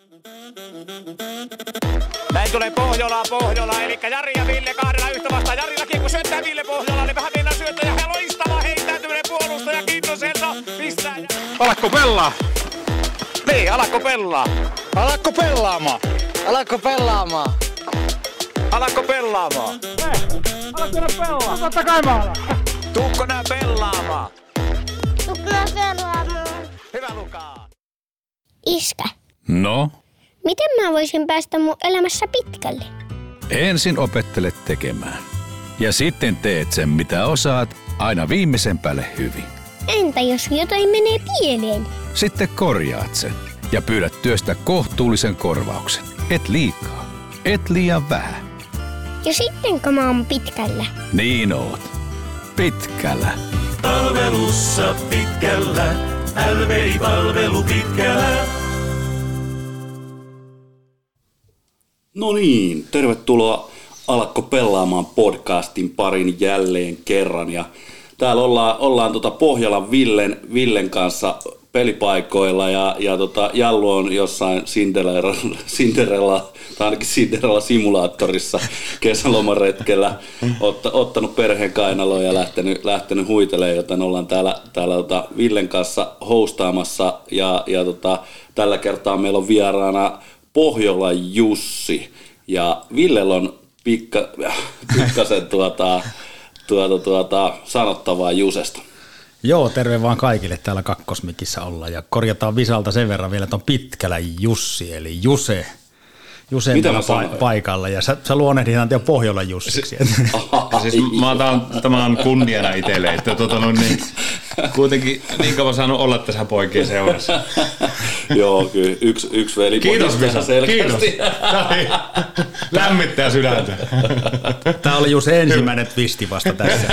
Näin tulee Pohjola, eli Jari ja Ville kahdella yhtä vastaan. Jarillakin kun syöttää Ville Pohjola, niin vähän mennään syöttää ja loistava heittäytyminen puolustaja Kinnuselta. Pistää. Alakko pelaa? Niin, alakko pelaa. Alakko pelaamaan? Alatko pelaamaan? Alakko pelaamaan? Alatko nää pelaa? Totta kai mä alan. Tuukko nää pelaamaan? Tuukko nää pelaamaan? Hyvä Luka. Iskä, No? miten mä voisin päästä mun elämässä pitkälle? Ensin opettele tekemään. Ja sitten teet sen, mitä osaat, aina viimeisen päälle hyvin. Entä jos jotain menee pieleen? Sitten korjaat sen ja pyydät työstä kohtuullisen korvauksen. Et liikaa, et liian vähän. Ja sittenkö mä oon pitkällä? Niin oot. Pitkällä. Palvelussa pitkällä, LVI-palvelu pitkällä. No niin, tervetuloa Alatko pelaamaan podcastin parin jälleen kerran. Ja täällä ollaan Pohjolan Villen kanssa pelipaikoilla ja Jallu on jossain Cinderella tai ainakin Cinderella-simulaattorissa kesälomaretkellä ottanut perheen kainaloon ja lähtenyt huitelemaan, joten ollaan täällä Villen kanssa hostaamassa ja tällä kertaa meillä on vieraana Pohjolan Jussi ja Villellä on pikkasen sanottavaa Jusesta. Joo, terve vaan kaikille täällä Kakkosmikissä olla ja korjataan Visalta sen verran vielä, että on pitkällä Jussi eli Juse. Juse paikalla ja sä luonnehdit jo Pohjolan Jussiksi. Siis tämä on kunniana itselle, että niin, kuitenkin niin kauan saanut olla tässä poikien seurassa. Joo, kyllä. Yksi veli. Kiitos Visa, kiitos. Lämmittää sydäntä. Tämä oli just ensimmäinen twisti vasta tässä.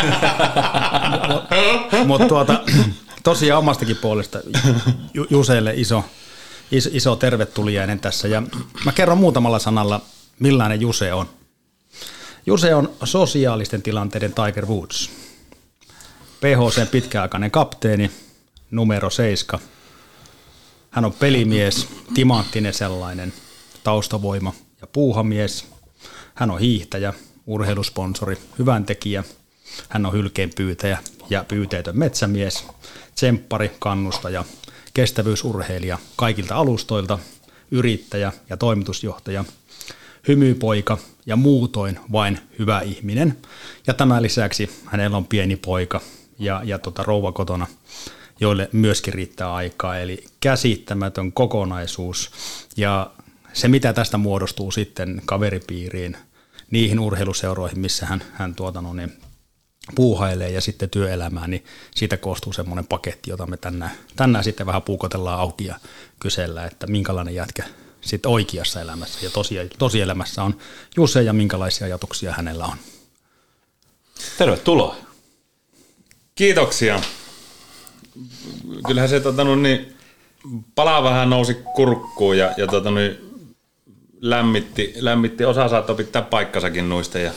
Mutta tosiaan omastakin puolesta Juselle iso tervetuliainen tässä ja mä kerron muutamalla sanalla, millainen Juse on. Juse on sosiaalisten tilanteiden Tiger Woods. PHC:n pitkäaikainen kapteeni, numero 7. Hän on pelimies, timanttinen sellainen, taustavoima ja puuhamies. Hän on hiihtäjä, urheilusponsori, hyväntekijä. Hän on hylkeenpyytäjä ja pyyteetön metsämies, tsemppari, kannustaja, kestävyysurheilija kaikilta alustoilta, yrittäjä ja toimitusjohtaja, hymypoika ja muutoin vain hyvä ihminen. Ja tämän lisäksi hänellä on pieni poika ja rouva kotona, joille myöskin riittää aikaa. Eli käsittämätön kokonaisuus ja se mitä tästä muodostuu sitten kaveripiiriin, niihin urheiluseuroihin, missä hän puuhailee ja sitten työelämään, niin siitä koostuu semmoinen paketti, jota me tänään sitten vähän puukotellaan auki ja kysellään, että minkälainen jätkä sitten oikeassa elämässä ja tosielämässä on Juse ja minkälaisia ajatuksia hänellä on. Tervetuloa. Kiitoksia. Kyllähän se palaa vähän nousi kurkkuun ja lämmitti. Osa saattoi pitää paikkasakin noista ja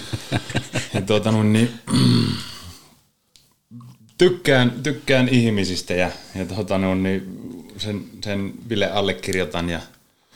tykkään ihmisistä ja sen Ville allekirjoitan ja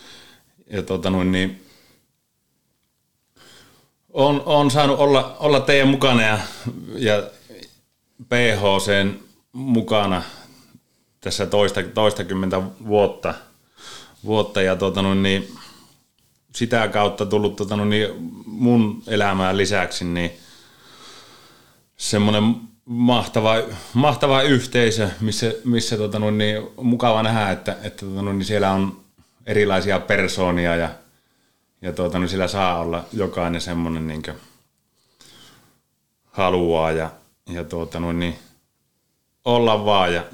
on saanut olla teidän mukana ja PHC:n mukana tässä toistakymmentä vuotta ja sitä kautta tullut mun elämään lisäksi niin semmoinen mahtava yhteisö, missä mukava nähdä, että siellä on erilaisia persoonia ja siellä saa olla jokainen semmoinen niinkö haluaa ja olla vaan ja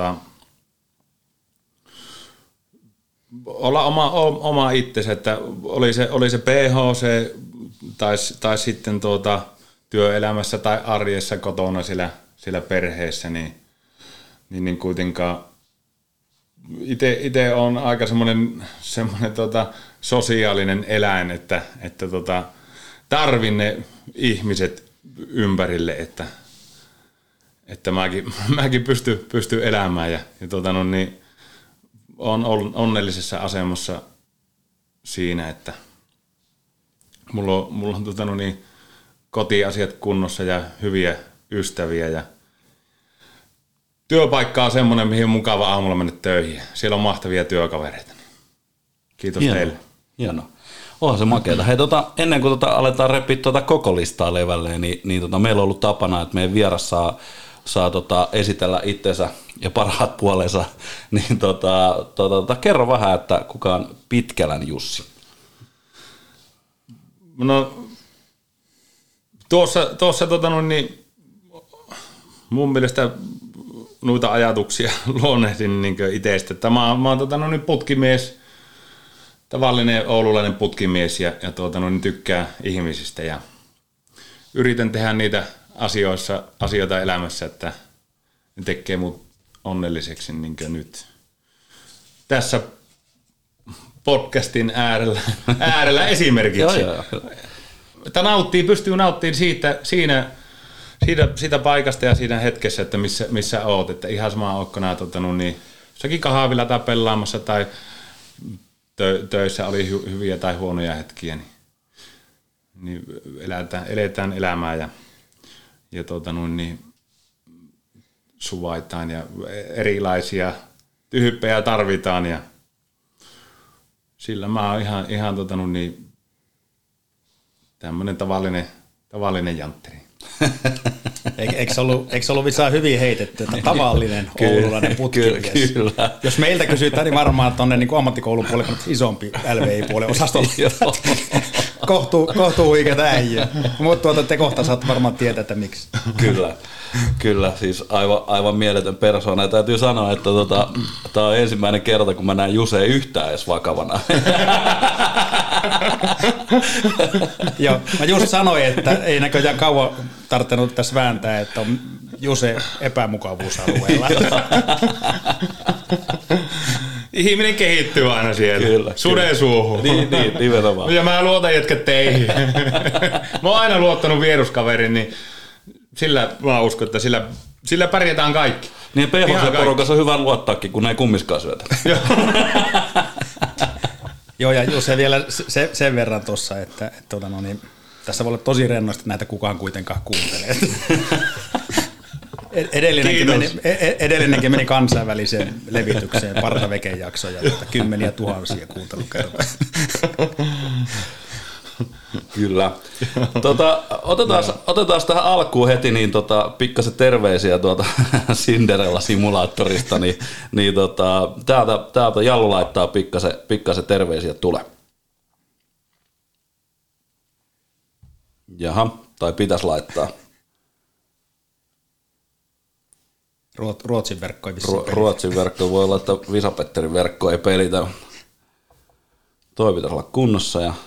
olla oma itsensä, että oli se PHC tai sitten työelämässä tai arjessa kotona siellä perheessä, niin kuitenkaan itse on aika semmoinen sosiaalinen eläin, että tarvin ne ihmiset ympärille, että mäkin pystyn elämään ja on onnellisessa siinä, että mulla on kotiasiat kunnossa ja hyviä ystäviä ja työpaikka on semmoinen, mihin on mukava aamulla mennä töihin. Siellä on mahtavia työkavereita. Kiitos teille. Hienoa. Onhan se makeata. Hei, ennen kuin aletaan repiä koko listaa levälleen, niin meillä on ollut tapana, että meidän vieras saa esitellä itsensä ja parhaat puolensa. Niin kerro vähän, että kuka on Pitkälän Jussi? No, tuossa mun mielestä noita ajatuksia luonnehdin niin itsestä. Että mä oon putkimies, tavallinen oululainen putkimies ja tykkää ihmisistä ja yritän tehdä niitä asioita elämässä, että ne tekee mut onnelliseksi niin nyt tässä podcastin äärellä esimerkiksi. Joo. Että pystyy nauttimaan siitä paikasta ja siinä hetkessä, että missä oot. Että ihan sama ootko nää jossakin kahvilla tai pelaamassa tai töissä oli hyviä tai huonoja hetkiä, niin eletään elämää ja suvaitaan ja erilaisia tyyppejä tarvitaan ja sillä mä oon ihan tämmönen tavallinen jantteri. Eikö se ollut visaan hyvin heitetty, että tavallinen oululainen putkimies? Kyllä. Jos meiltä kysytään, niin varmaan tuonne niin ammattikoulun puolelle isompi LVI-puolen osastolla. Kohtuu huikeata äijää. Mutta te kohta saatte varmaan tietää, että miksi. Kyllä, siis aivan mieletön persoona. Ja täytyy sanoa, että tämä on ensimmäinen kerta, kun mä näen Juseen yhtään edes vakavana. Joo, mä just sanoin, että ei näköjään kauan tarttunut tässä vääntää, että on Juse epämukavuusalueella. Ihminen kehittyy aina siellä. Kyllä, Suden suuhun. Niin, nimenomaan. Ja mä luotan jätkät teihin. Mä oon aina luottanut vieruskaverin, niin sillä mä uskon, että sillä pärjätään kaikki. Niin PHC-porukassa on hyvä luottaakin, kun ei kummiskaan syötä. Joo, ja Juse vielä sen verran tuossa, että tässä voi olla tosi rennosti, että näitä kukaan kuitenkaan kuuntelee. Edellinenkin meni kansainväliseen levitykseen, Partaveken jaksoja, kymmeniä tuhansia kuuntelukertoja. Tämä Otetaan tähän alkuun heti niin pikkasen terveisiä Cinderella-simulaattorista, niin täältä Jallu laittaa pikkasen terveisiä tulee. Jaha, tai pitäisi laittaa. Ruotsin verkko ei vissiin pelitä. Ruotsin verkko voi laittaa, Visa-Petterin verkko ei pelitä. Toi pitäisi olla kunnossa ja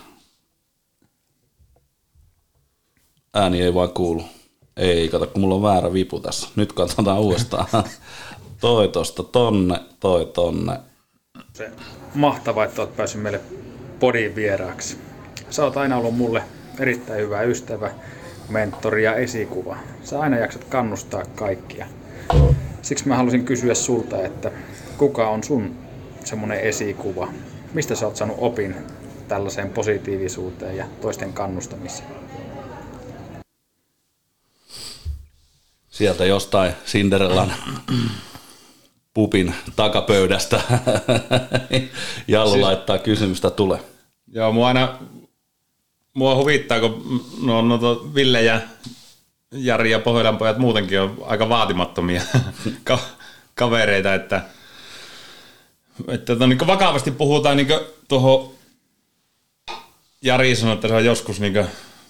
ääni ei vaan kuulu. Ei, kato, kun mulla on väärä vipu tässä. Nyt katsotaan uudestaan. Toi tosta tonne, toi tonne. Se mahtavaa, että olet päässyt meille podin vieraaksi. Sä oot aina ollut mulle erittäin hyvä ystävä, mentori ja esikuva. Sä aina jaksat kannustaa kaikkia. Siksi mä halusin kysyä sulta, että kuka on sun semmonen esikuva? Mistä sä oot saanut opin tällaiseen positiivisuuteen ja toisten kannustamiseen? Sieltä jostain Cinderellan pupin takapöydästä Jallu laittaa kysymystä tulee. Joo, mua huvittaa, kun Ville ja Jari ja Pohjolan pojat muutenkin on aika vaatimattomia kavereita, että niin vakavasti puhutaan niin tuohon Jari sanoi, että se on joskus niin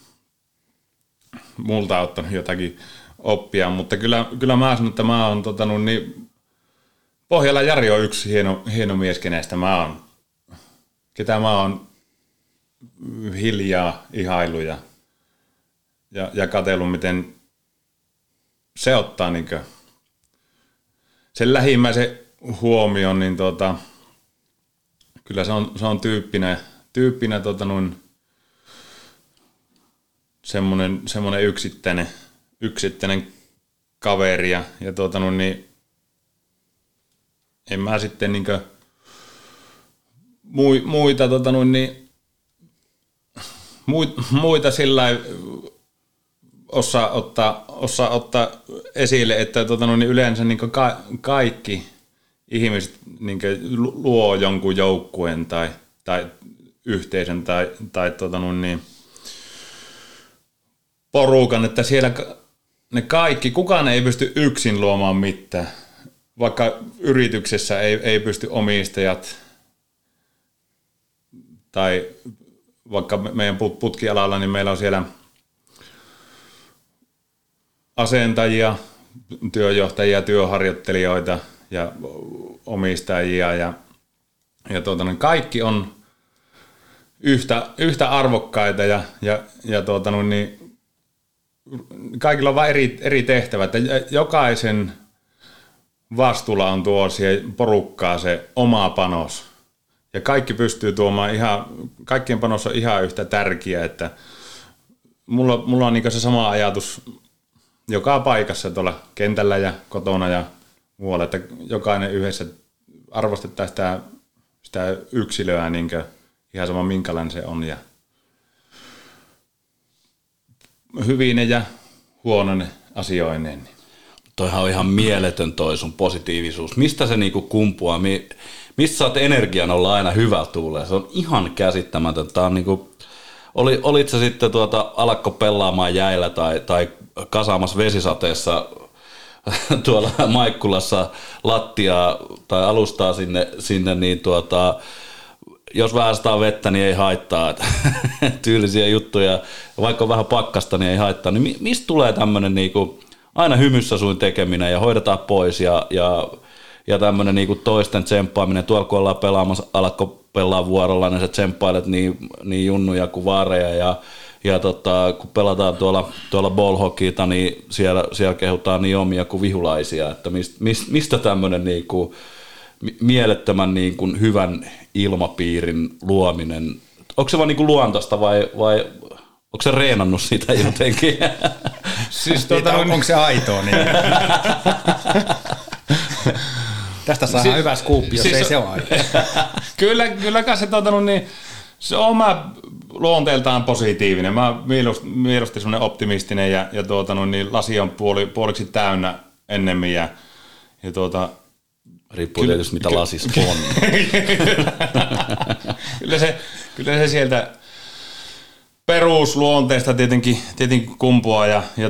multa ottanut jotakin oppia, mutta kyllä mä sanon, että mä oon Pohjolan Jari on yksi hieno mies, kenestä ketä mä oon hiljaa ihailu ja katsellut, miten se ottaa sen lähimmäisen huomioon, niin kyllä se on tyyppinä semmoinen yksittäinen kaveri ja en mä sitten muita sillä osaa ottaa esille, että yleensä niin kaikki ihmiset niin luo jonkun joukkueen tai yhteisön tai porukan, että siellä ne kaikki, kukaan ei pysty yksin luomaan mitään, vaikka yrityksessä ei pysty omistajat tai vaikka meidän putkialalla, niin meillä on siellä asentajia, työjohtajia, työharjoittelijoita ja omistajia ja kaikki on yhtä arvokkaita ja kaikilla on vain eri tehtävät. Jokaisen vastuulla on tuo siihen porukkaa se oma panos. Ja kaikki pystyy tuomaan kaikkien panos on ihan yhtä tärkeä, että mulla on niin se sama ajatus joka paikassa tuolla kentällä ja kotona ja muualla, että jokainen yhdessä arvostettaisiin sitä yksilöä niin ihan sama minkälainen se on ja hyvine ja huonone asioineen. Toihan on ihan mieletön toi sun positiivisuus. Mistä se niinku kumpuaa? Mistä saat energian olla aina hyvä tuulee? Se on ihan käsittämätön. Tää on niinku, olit sä sitten alakko pelaamaan jäillä tai kasaamassa vesisateessa tuolla Maikkulassa lattiaa tai alustaa sinne niin jos vähän saa vettä, niin ei haittaa. Tyylisiä juttuja. Vaikka on vähän pakkasta, niin ei haittaa. Niin mistä tulee tämmöinen niinku aina hymyssä suin tekeminen ja hoidetaan pois ja tämmöinen niinku toisten tsemppaaminen. Tuolla kun ollaan pelaamassa, alakko pelaa vuorolla, niin sä tsemppailet niin junnuja kuin vaareja ja kun pelataan tuolla ballhockeyta, niin siellä kehutaan niin omia kuin vihulaisia. Että mistä tämmöinen niinku mielettömän niinku hyvän ilmapiirin luominen, onko se vaan niinku luontaista vai onko se reenannut sitä jotenkin? Siis onko se aitoa? Niin? Tästä saa hyvä skuuppi, jos siis ei se ole aitoa. Kyllä se, se on oma luonteeltaan positiivinen. Mä mieluusti semmoinen optimistinen ja lasi on puoliksi täynnä ennemmin. Riippuu tietysti mitä lasissa on. Kyllä se sieltä perusluonteesta tietenkin kumpuaa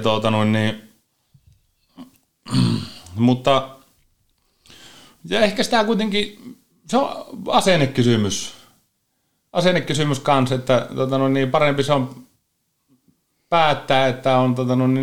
mutta ja ehkä sitä kuitenkin se on asennekysymys kanssa, että parempi se on päättää, että on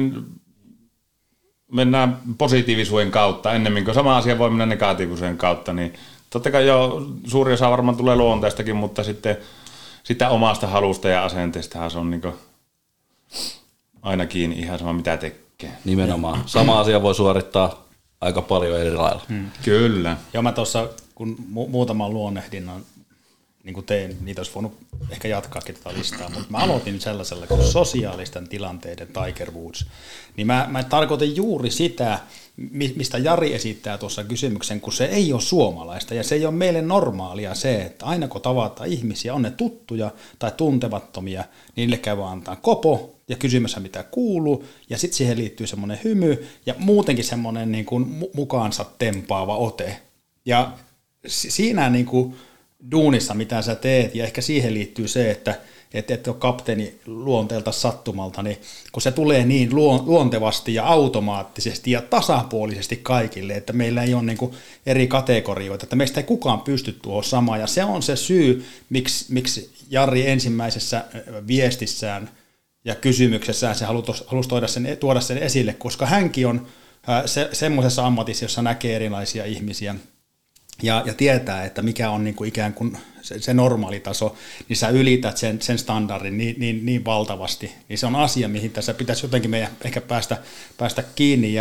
mennään positiivisuuden kautta ennemmin kuin sama asia voi mennä negatiivisuuden kautta, niin totta kai suuri osa varmaan tulee luonteestakin, mutta sitten sitä omasta halusta ja asenteestahan se on niin ainakin ihan sama mitä tekee. Nimenomaan. Sama asia voi suorittaa aika paljon eri lailla. Kyllä. Ja mä tuossa, kun muutaman luonnehdinnan niin kuin tein, niitä olisi voinut ehkä jatkaakin tätä listaa, mutta mä aloitin sellaisella kuin sosiaalisten tilanteiden Tiger Woods. Niin mä tarkoitan juuri sitä, mistä Jari esittää tuossa kysymyksen, kun se ei ole suomalaista ja se ei ole meille normaalia se, että aina kun tavataan ihmisiä, on ne tuttuja tai tuntemattomia, niille käy vaan antaa kopo ja kysymässä mitä kuuluu ja sitten siihen liittyy semmoinen hymy ja muutenkin semmoinen niin kuin mukaansa tempaava ote. Ja siinä niin kuin duunissa, mitä sä teet, ja ehkä siihen liittyy se, että et ole kapteeni luonteelta sattumalta, niin kun se tulee niin luontevasti ja automaattisesti ja tasapuolisesti kaikille, että meillä ei ole niin kuin eri kategorioita, että meistä ei kukaan pysty tuohon samaan, ja se on se syy, miksi Jari ensimmäisessä viestissään ja kysymyksessään se halusi tuoda sen esille, koska hänkin on semmoisessa ammatissa, jossa näkee erilaisia ihmisiä, ja tietää, että mikä on niin kuin ikään kuin se normaali taso, niin sä ylität sen standardin niin valtavasti. Niin se on asia, mihin tässä pitäisi jotenkin meidän ehkä päästä kiinni.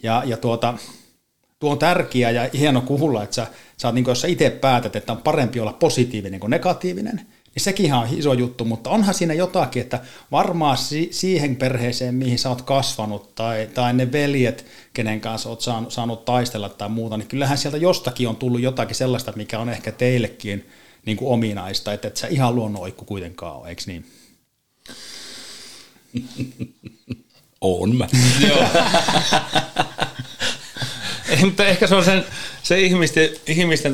Tuo on tärkeää ja hieno kuulla, että sä oot, niin kuin, jos sä itse päätät, että on parempi olla positiivinen kuin negatiivinen, niin sekin on iso juttu, mutta onhan siinä jotakin, että varmaan siihen perheeseen, mihin sä oot kasvanut, tai ne veljet, kenen kanssa oot saanut taistella tai muuta, niin kyllähän sieltä jostakin on tullut jotakin sellaista, mikä on ehkä teillekin niin kuin ominaista, että et sä ihan luonnonoikku kuitenkaan ole, eikö niin? Oon mä. Joo. Mutta ehkä se on se ihmisten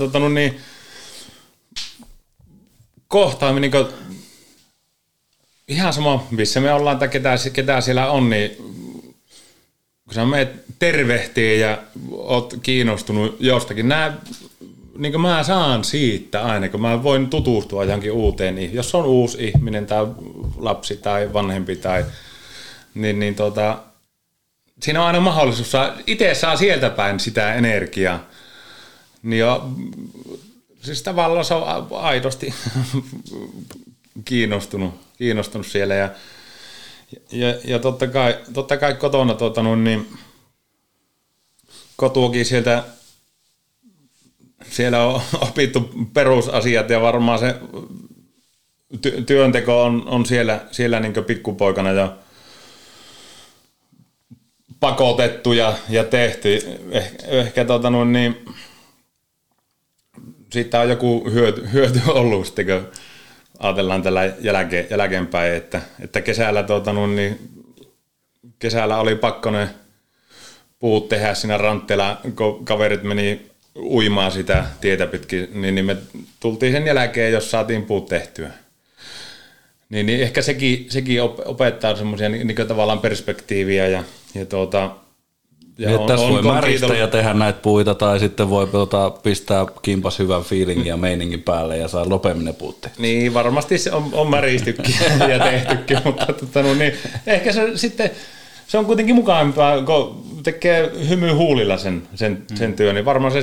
kohtaaminen, niin ihan sama, missä me ollaan tai ketä siellä on, niin kun sä menet tervehtii ja oot kiinnostunut jostakin, niin mä saan siitä aina, kun mä voin tutustua johonkin uuteen, jos on uusi ihminen tai lapsi tai vanhempi tai niin siinä on aina mahdollisuus, itse saa sieltä päin sitä energiaa. Niin jo, siis tavallaan se on aidosti kiinnostunut siellä ja totta kai kotona niin kotuakin siellä on opittu perusasiat ja varmaan se työnteko on siellä niin kuin pikkupoikana jo pakotettu ja tehty. Ehkä niin siitä on joku hyöty ollut sitten, kun ajatellaan tällä jälkeenpäin, että kesällä, niin kesällä oli pakko ne puut tehdä siinä rantteella, kun kaverit meni uimaan sitä tietä pitkin, niin me tultiin sen jälkeen, jos saatiin puut tehtyä. Niin ehkä sekin opettaa semmoisia niin tavallaan perspektiiviä ja tässä voi märistä ja tehdä näitä puita, tai sitten voi pistää kimpas hyvän fiilingin ja meiningin päälle ja saa nopeammin ne puut tehtyä. Niin, varmasti se on märistykin ja tehtykin, mutta niin, ehkä se on kuitenkin mukavampaa, kun tekee hymy huulilla sen työn, niin varmaan se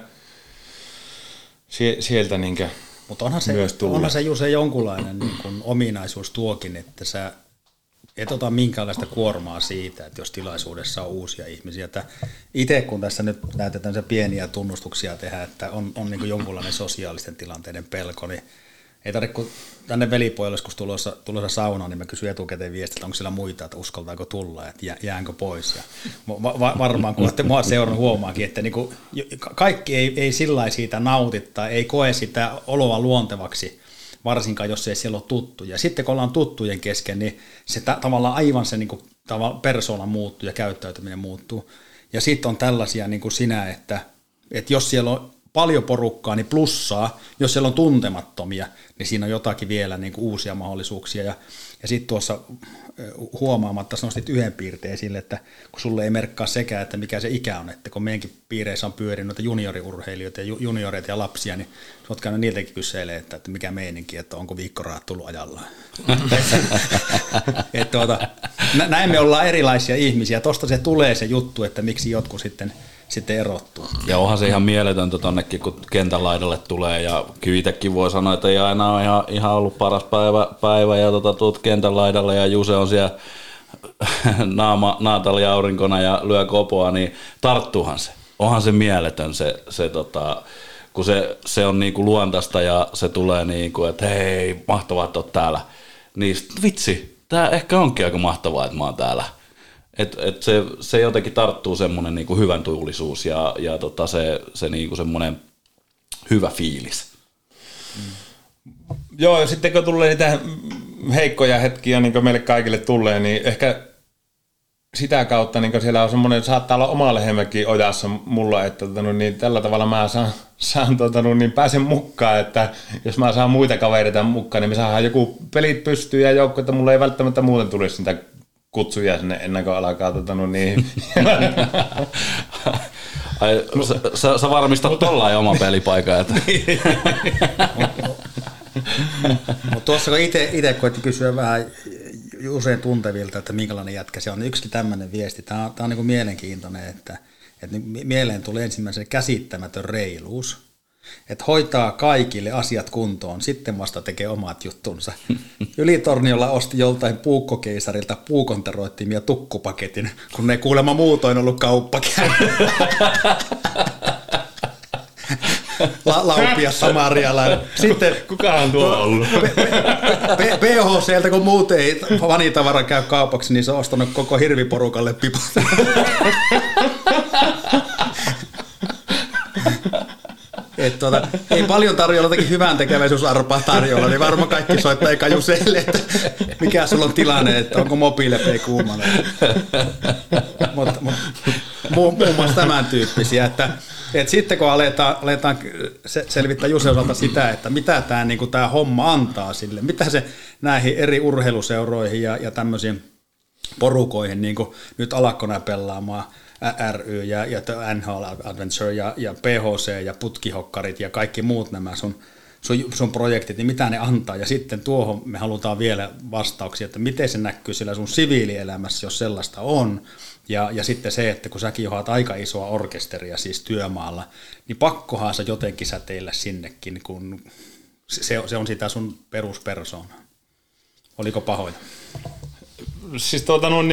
sieltä niinkö mutta onhan se Juse jonkunlainen niin kuin ominaisuus tuokin, että sä et ota minkäänlaista kuormaa siitä, että jos tilaisuudessa on uusia ihmisiä. Itse kun tässä nyt näytetään se pieniä tunnustuksia tehdä, että on niin kuin jonkunlainen sosiaalisten tilanteiden pelko, niin ei tarvitse, kun tänne velipojalle, kun tulossa saunaan, niin mä kysyn etukäteen viestiä, että onko siellä muita, että uskaltaako tulla, että jäänkö pois. Ja varmaan kun olette mua seurannut huomaakin, että niin kuin kaikki ei sillä siitä nauti tai ei koe sitä oloa luontevaksi, varsinkaan jos ei siellä ole tuttuja. Sitten kun ollaan tuttujen kesken, niin se tavallaan aivan se niin kuin, persoona muuttuu ja käyttäytyminen muuttuu. Ja sitten on tällaisia niin kuin sinä, että jos siellä on paljon porukkaa, niin plussaa. Jos siellä on tuntemattomia, niin siinä on jotakin vielä niin kuin uusia mahdollisuuksia. Ja sitten tuossa huomaamatta nostit yhden piirteen sille, että kun sulle ei merkkaa sekä, että mikä se ikä on, että kun meidänkin piireissä on pyörinyt noita junioriurheilijoita ja junioreita ja lapsia, niin sä oot käynyt niiltäkin kyselee, että mikä meininki, että onko viikkorahat tullut ajallaan. Näin me ollaan erilaisia ihmisiä. Tuosta se tulee se juttu, että miksi jotkut sitten erottuu. Ja onhan se ihan mieletöntä tonnekin, kun kentän laidalle tulee, ja kyllä itsekin voi sanoa, että ei aina ole ihan ollut paras päivä ja tuut kentän laidalle, ja Juse on siellä naatali aurinkona ja lyö kopoa, niin tarttuuhan se. Onhan se mieletön kun se on niinku luontaista ja se tulee niinku, että hei, mahtavaa, että oot täällä. Niin vitsi, tää ehkä onkin aika mahtavaa, että mä oon täällä. Se jotenkin tarttuu semmoinen niinku hyvän tuulisuus ja se niinku semmoinen hyvä fiilis. Joo, ja sitten kun tulee niitä heikkoja hetkiä, niin kuin meille kaikille tulee, niin ehkä sitä kautta niin siellä on semmoinen, saattaa olla oma lehmäkin ojassa mulla, että niin tällä tavalla mä saan niin pääsen mukaan, että jos mä saan muita kavereita mukaan, niin me saadaan joku pelit pystyyn ja joukko, että mulla ei välttämättä muuten tulisi niitä kutsuja sinne ennen kuin alkaa niin. Ai, sä varmistat tollain oman pelipaikan. Että. Mutta tuossa kun itse koitti kysyä vähän usein tuntevilta, että minkälainen jätkä se on, niin yksikin tämmöinen viesti. Tämä on niin kuin mielenkiintoinen, että mieleen tuli ensimmäisen käsittämätön reiluus. Että hoitaa kaikille asiat kuntoon, sitten vasta tekee omat juttunsa. Ylitorniolla osti joltain puukkokeisarilta puukonteroittimia tukkupaketin, kun ne kuulemma muutoin ollut kauppakäynti. Laupias samarialainen. Sitten kukaan tuo on ollut? PHCltä, kun muut ei vanitavara käy kaupaksi, niin se on ostanut koko hirviporukalle pipat. ei paljon tarjolla jotakin hyvän tekeväisyysarpaa tarjolla, niin varmaan kaikki soittaa eka Juselle, että mikä sulla on tilanne, että onko mobiilepei kuumana. Mutta muun muassa tämän tyyppisiä, että sitten kun aletaan selvittää Jusen osalta sitä, että mitä tämä homma antaa sille, mitä se näihin eri urheiluseuroihin ja tämmöisiin porukoihin, niin kuin nyt Alakkona pelaamaan ry ja NHL Adventure ja PHC ja putkihokkarit ja kaikki muut nämä sun projektit, niin mitä ne antaa, ja sitten tuohon me halutaan vielä vastauksia, että miten se näkyy siellä sun siviilielämässä, jos sellaista on, ja sitten se, että kun säkin oot aika isoa orkesteria siis työmaalla, niin pakkohan sä jotenkin säteillä sinnekin, kun se on sitä sun peruspersoonaa. Oliko pahoja? Siis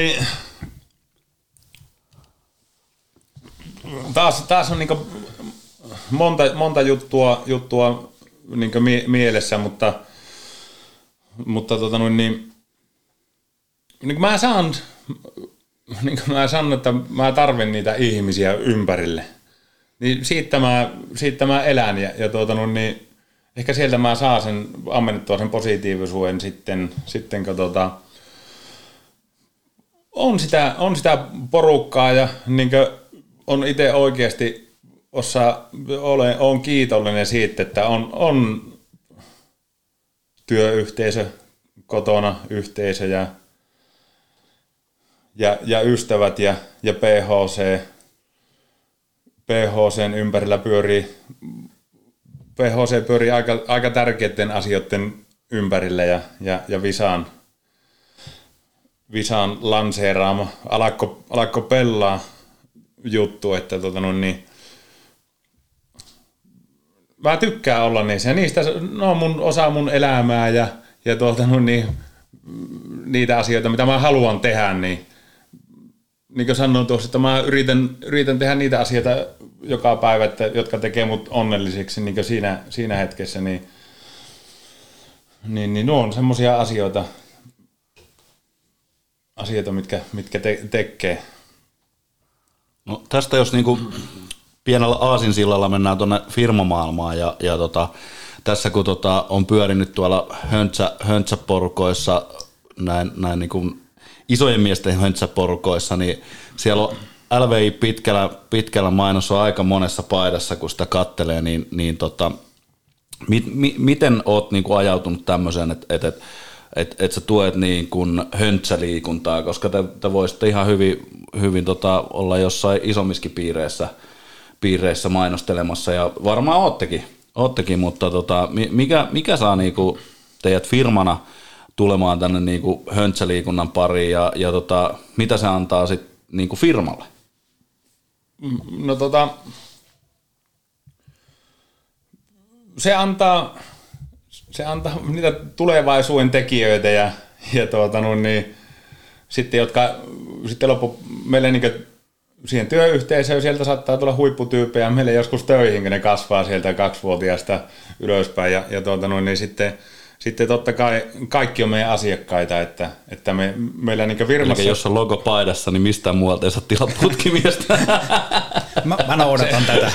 taas on niinku monta juttua niinku mielessä, mutta mä sanon, että mä tarvin niitä ihmisiä ympärille. Niin siitä mä elän ja ehkä sieltä mä saan sen ammennettua sen positiivisuuden sitten kun on sitä porukkaa ja niinkö on itse oikeasti olen kiitollinen siitä, että on työyhteisö, kotona yhteisö ja ystävät ja PHCn ympärillä PHC pyörii aika tärkeiden asioiden ympärillä ja Visan lanseeraama alakko pelaa juttu, että mä tykkään olla niissä ja niistä ne on osa mun elämää ja niitä asioita, mitä mä haluan tehdä, niin kuin sanoin tuossa, että mä yritän tehdä niitä asioita joka päivä, jotka tekee mut onnelliseksi niin siinä hetkessä, niin nuo on semmoisia asioita mitkä tekee. No, tästä jos niinku pienellä aasinsillalla mennään tuonne firmamaailmaan ja tässä kun on pyörinyt tuolla höntsäporukoissa, näin niinku isojen miesten höntsäporukoissa, niin siellä on LVI pitkällä mainos on aika monessa paidassa, kun sitä kattelee, miten oot niinku ajautunut tämmöiseen, että sä tuet niin kuin höntsäliikuntaa, koska te voisitte ihan hyvin olla jossain isommissakin piireissä mainostelemassa, ja varmaan oottekin, mutta mikä saa niinku teidät firmana tulemaan tänne niinku höntsäliikunnan pariin, ja mitä se antaa sit niinku firmalle? No se antaa niitä tulevaisuuden tekijöitä ja sitten jotka sitten meille niin siihen työyhteisöön sieltä saattaa tulla huipputyyppejä meille joskus töihin, kun ne kasvaa sieltä 2-vuotiaasta ylöspäin ja niin sitten totta kai kaikki on meidän asiakkaita, että meillä niin firmassa... Eli jos on logo paidassa, niin mistään muualta ei saa tilaa putkimiestä. Mä noudatan tätä.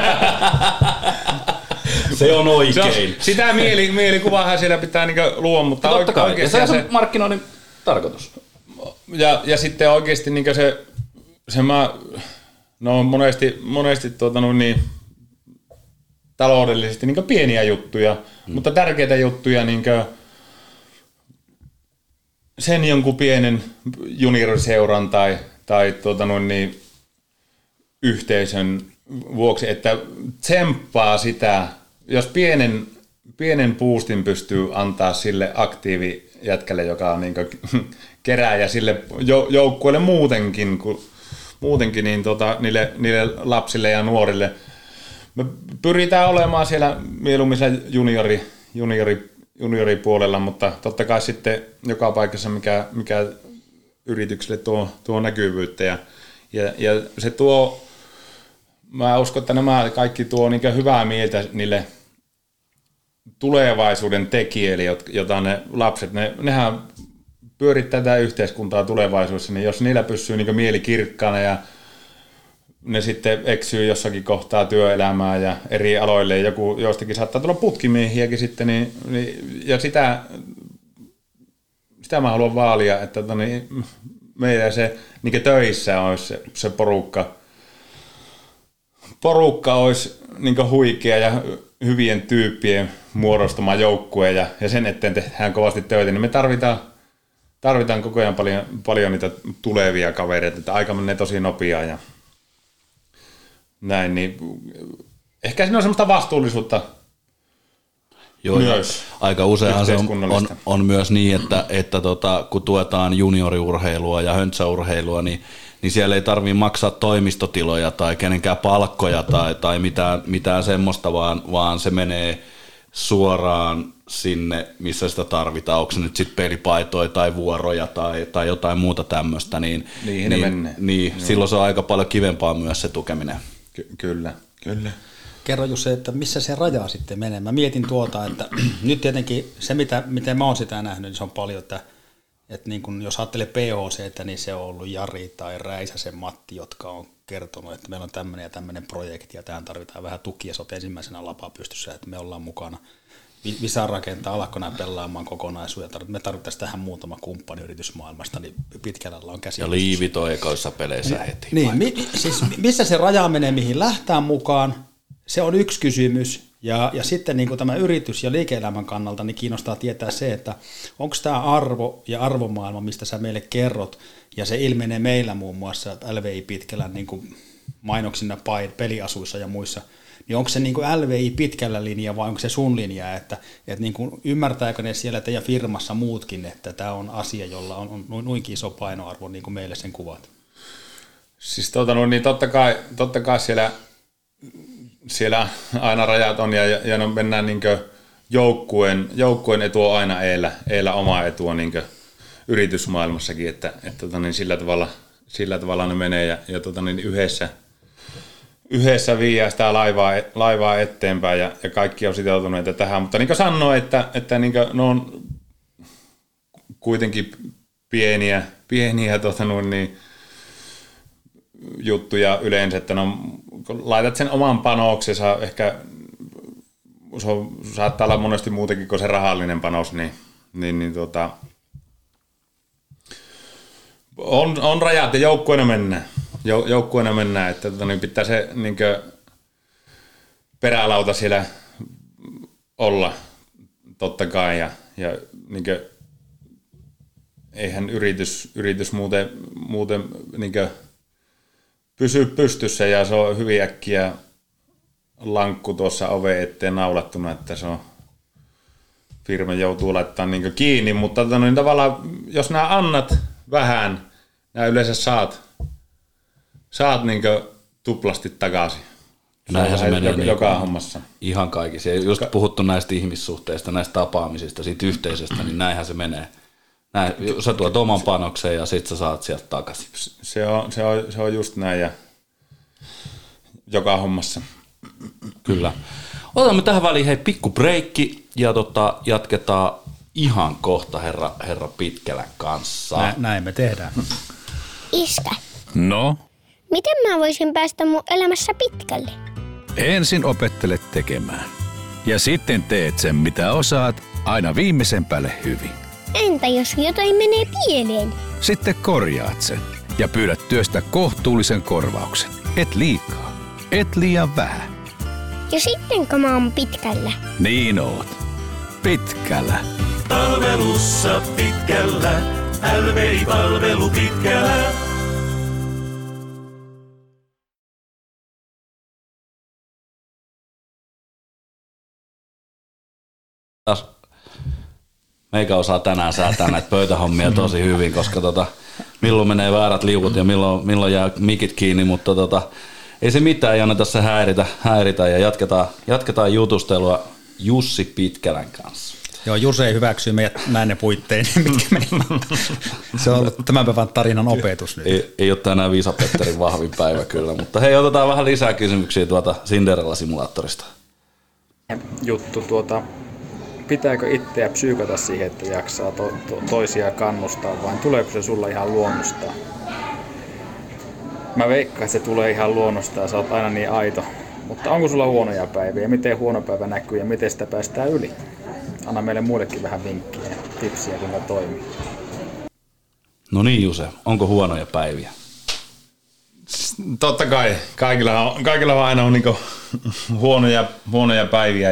Se on oikein. Sitä mielikuvaahan siellä pitää niinku luoda, mutta totta kai. Ja se on se markkinoinnin tarkoitus. Ja sitten oikeasti niinku monesti taloudellisesti niinku pieniä juttuja, mutta tärkeitä juttuja niinku sen jonkun pienen junioriseuran tai yhteisön vuoksi, että tsemppaa sitä, jos pienen boostin pystyy antaa sille aktiivijätkälle, joka on niin kerää ja sille joukkueelle muutenkin niin niille lapsille ja nuorille. Me pyritään olemaan siellä mieluummin junioripuolella, mutta totta kai sitten joka paikassa, mikä yritykselle tuo näkyvyyttä ja se tuo. Mä uskon, että nämä kaikki tuo niin hyvää mieltä niille tulevaisuuden tekijöille, jota ne lapset, nehän pyörittää tätä yhteiskuntaa tulevaisuudessa, niin jos niillä pysyy niin mieli kirkkaana ja ne sitten eksyy jossakin kohtaa työelämää ja eri aloille. Joistakin saattaa tulla putkimiehiäkin sitten, ja sitä mä haluan vaalia, että meidän se niin töissä olisi se porukka olisi niin huikea ja hyvien tyyppien muodostama joukkue ja sen eteen tehdään kovasti töitä, niin me tarvitaan koko ajan paljon niitä tulevia kavereita, että aika menee tosi nopeaa ja näin, niin ehkä siinä on semmoista vastuullisuutta. Joo, myös aika useinhan se on myös niin, että kun tuetaan junioriurheilua ja höntsäurheilua, niin siellä ei tarvitse maksaa toimistotiloja tai kenenkään palkkoja tai mitään semmoista, vaan se menee suoraan sinne, missä sitä tarvitaan. Onko se nyt sitten pelipaitoja tai vuoroja tai jotain muuta tämmöistä, niin silloin se on aika paljon kivempaa myös se tukeminen. Kyllä. Kerro Jussi, että missä se raja sitten menee. Mä mietin että nyt tietenkin se, miten mä oon sitä nähnyt, niin se on paljon, että niin kun, jos ajattelee PHC, niin se on ollut Jari tai Räisäsen Matti, jotka on kertonut, että meillä on tämmöinen ja tämmöinen projekti ja tähän tarvitaan vähän tukia. Sä oot ensimmäisenä lapaa pystyssä, että me ollaan mukana. Visa rakentaa, alakko nämä pelaamaan kokonaisuutta. Me tarvittaisiin tähän muutama kumppani yritysmaailmasta, niin pitkällä on käsi. Ja liivit on ekoissa peleissä heti. Niin, siis missä se raja menee, mihin lähtään mukaan, se on yksi kysymys. Ja sitten niin kuin tämä yritys- ja liike-elämän kannalta niin kiinnostaa tietää se, että onko tämä arvo ja arvomaailma, mistä sä meille kerrot, ja se ilmenee meillä muun muassa LVI pitkällä niin kuin mainoksina peliasuissa ja muissa, niin onko se niin kuin LVI pitkällä linja vai onko se sun linja, että niin kuin ymmärtääkö ne siellä teidän firmassa muutkin, että tämä on asia, jolla on noinkin iso painoarvo, niin kuin meille sen kuvat? Siis niin totta kai siellä aina rajat on ja no mennään niin joukkueen etu on aina eellä omaa etua niin yritysmaailmassakin, että niin sillä tavalla ne menee ja niin yhdessä viiää sitä laivaa eteenpäin ja kaikki on sitoutuneita tähän, mutta niin kuin sanoin, että niin ne on kuitenkin pieniä niin juttuja yleensä, että kun laitat sen oman panoksensa, ehkä se saattaa olla monesti muutenkin kuin se rahallinen panos, niin on rajat ja joukkueena mennään, että niin pitää se niin perälauta siellä olla totta kai ja niin eihän yritys muuten niin pysy pystyssä ja se on hyvin äkkiä lankku tuossa oven eteen naulattuna, että se on firma joutuu laittamaan niin kiinni, mutta niin tavallaan jos nämä annat vähän, nämä yleensä saat niin tuplasti takaisin. Näinhän se menee joka hommassa. Ihan kaikissa. Ja just puhuttu näistä ihmissuhteista, näistä tapaamisista, siitä yhteisöstä, niin näinhän se menee. Näin, sä tuot oman panoksen ja sit sä saat sieltä takaisin. Se on just näin ja joka hommassa. Kyllä. Otamme tähän väliin pikku breikki ja jatketaan ihan kohta herra Pitkälän kanssa. Näin me tehdään. Iskä, No? miten mä voisin päästä mun elämässä pitkälle? Ensin opettele tekemään. Ja sitten teet sen, mitä osaat, aina viimeisen päälle hyvin. Entä jos jotain menee pieleen? Sitten korjaat sen ja pyydät työstä kohtuullisen korvauksen. Et liikaa, et liian vähän. Ja sittenkö mä oon pitkällä? Niin oot. Pitkällä. Palvelussa pitkällä, LVI-palvelu pitkällä. Meikä osaa tänään säätää näitä pöytähommia tosi hyvin, koska milloin menee väärät liukut ja milloin jää mikit kiinni, mutta ei se mitään, ei anneta se häiritä ja jatketaan jutustelua Jussi Pitkälän kanssa. Joo, Jussi ei hyväksy meidät näin puittein, mitkä meillä on. Se on ollut tämän päivän tarinan opetus nyt. Ei ole tänään Viisa-Petterin vahvin päivä kyllä, mutta hei, otetaan vähän lisää kysymyksiä Cinderella-simulaattorista. Juttu pitääkö itseä psyykata siihen, että jaksaa toisia kannustaa, vai tuleeko se sulla ihan luonnostaan? Mä veikkaan, että se tulee ihan luonnostaan, sä oot aina niin aito. Mutta onko sulla huonoja päiviä? Miten huono päivä näkyy ja miten sitä päästään yli? Anna meille muillekin vähän vinkkiä ja tipsiä, kuinka toimii. No niin, Juse, onko huonoja päiviä? Totta kai, kaikilla on aina niinku huonoja päiviä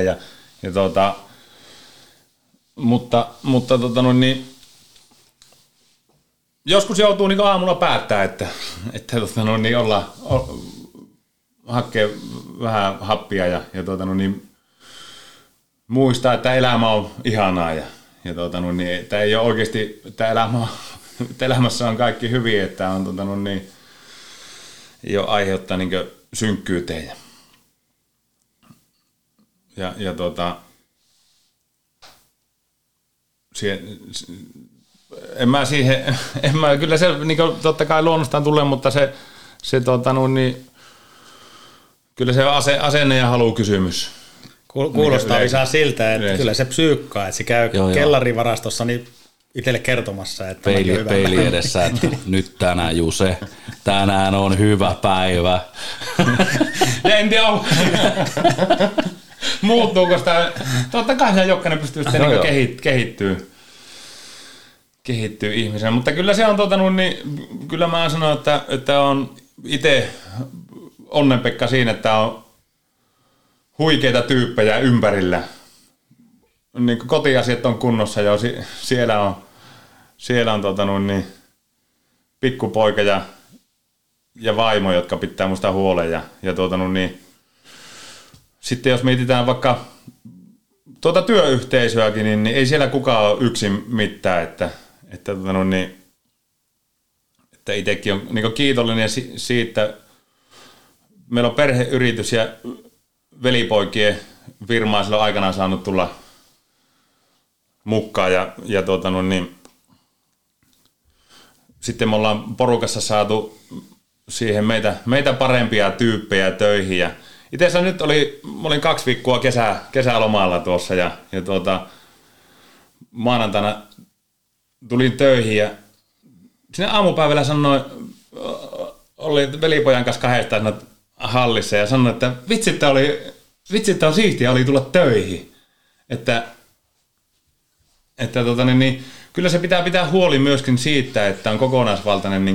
mutta joskus joutuu niinku aamulla päättää, että hakkee vähän happia ja muistaa, että elämä on ihanaa ja että ei ole oikeasti, että elämässä on kaikki hyvin, että on ei ole aihetta niin synkkyyteen. Kyllä se niin totta kai luonnostaan tulee, mutta kyllä se on asenne ja halukysymys. Kuulostaa lisää siltä, että kyllä se psyykkaa, että se käy kellarivarastossa niin itselle kertomassa, että peili edessä, että nyt tänään Juse, tänään on hyvä päivä. Ja en tiedä, muuttuuko sitä, totta kai se jokainen pystyy sitten kehittyy ihmisenä, mutta kyllä se on kyllä mä sanon, että on itse onnenpekka siinä, että on huikeita tyyppejä ympärillä. Niin kotiasiat on kunnossa ja siellä on pikkupoika ja vaimo, jotka pitää musta huolen ja sitten jos mietitään vaikka työyhteisöäkin, niin ei siellä kukaan ole yksin mitään, että itsekin on niin kiitollinen siitä. Meillä on perheyritys ja velipoikien firmaa silloin aikanaan saanut tulla mukaan ja sitten me ollaan porukassa saatu siihen meitä parempia tyyppejä töihin ja itse asiassa nyt mä olin 2 viikkoa kesälomalla tuossa ja maanantaina tulin töihin ja sinne aamupäivällä sanoin, oli velipojan kanssa 2 hallissa ja sanoin, että vitsi, että on siistiä oli tulla töihin. Että kyllä se pitää huoli myöskin siitä, että on kokonaisvaltainen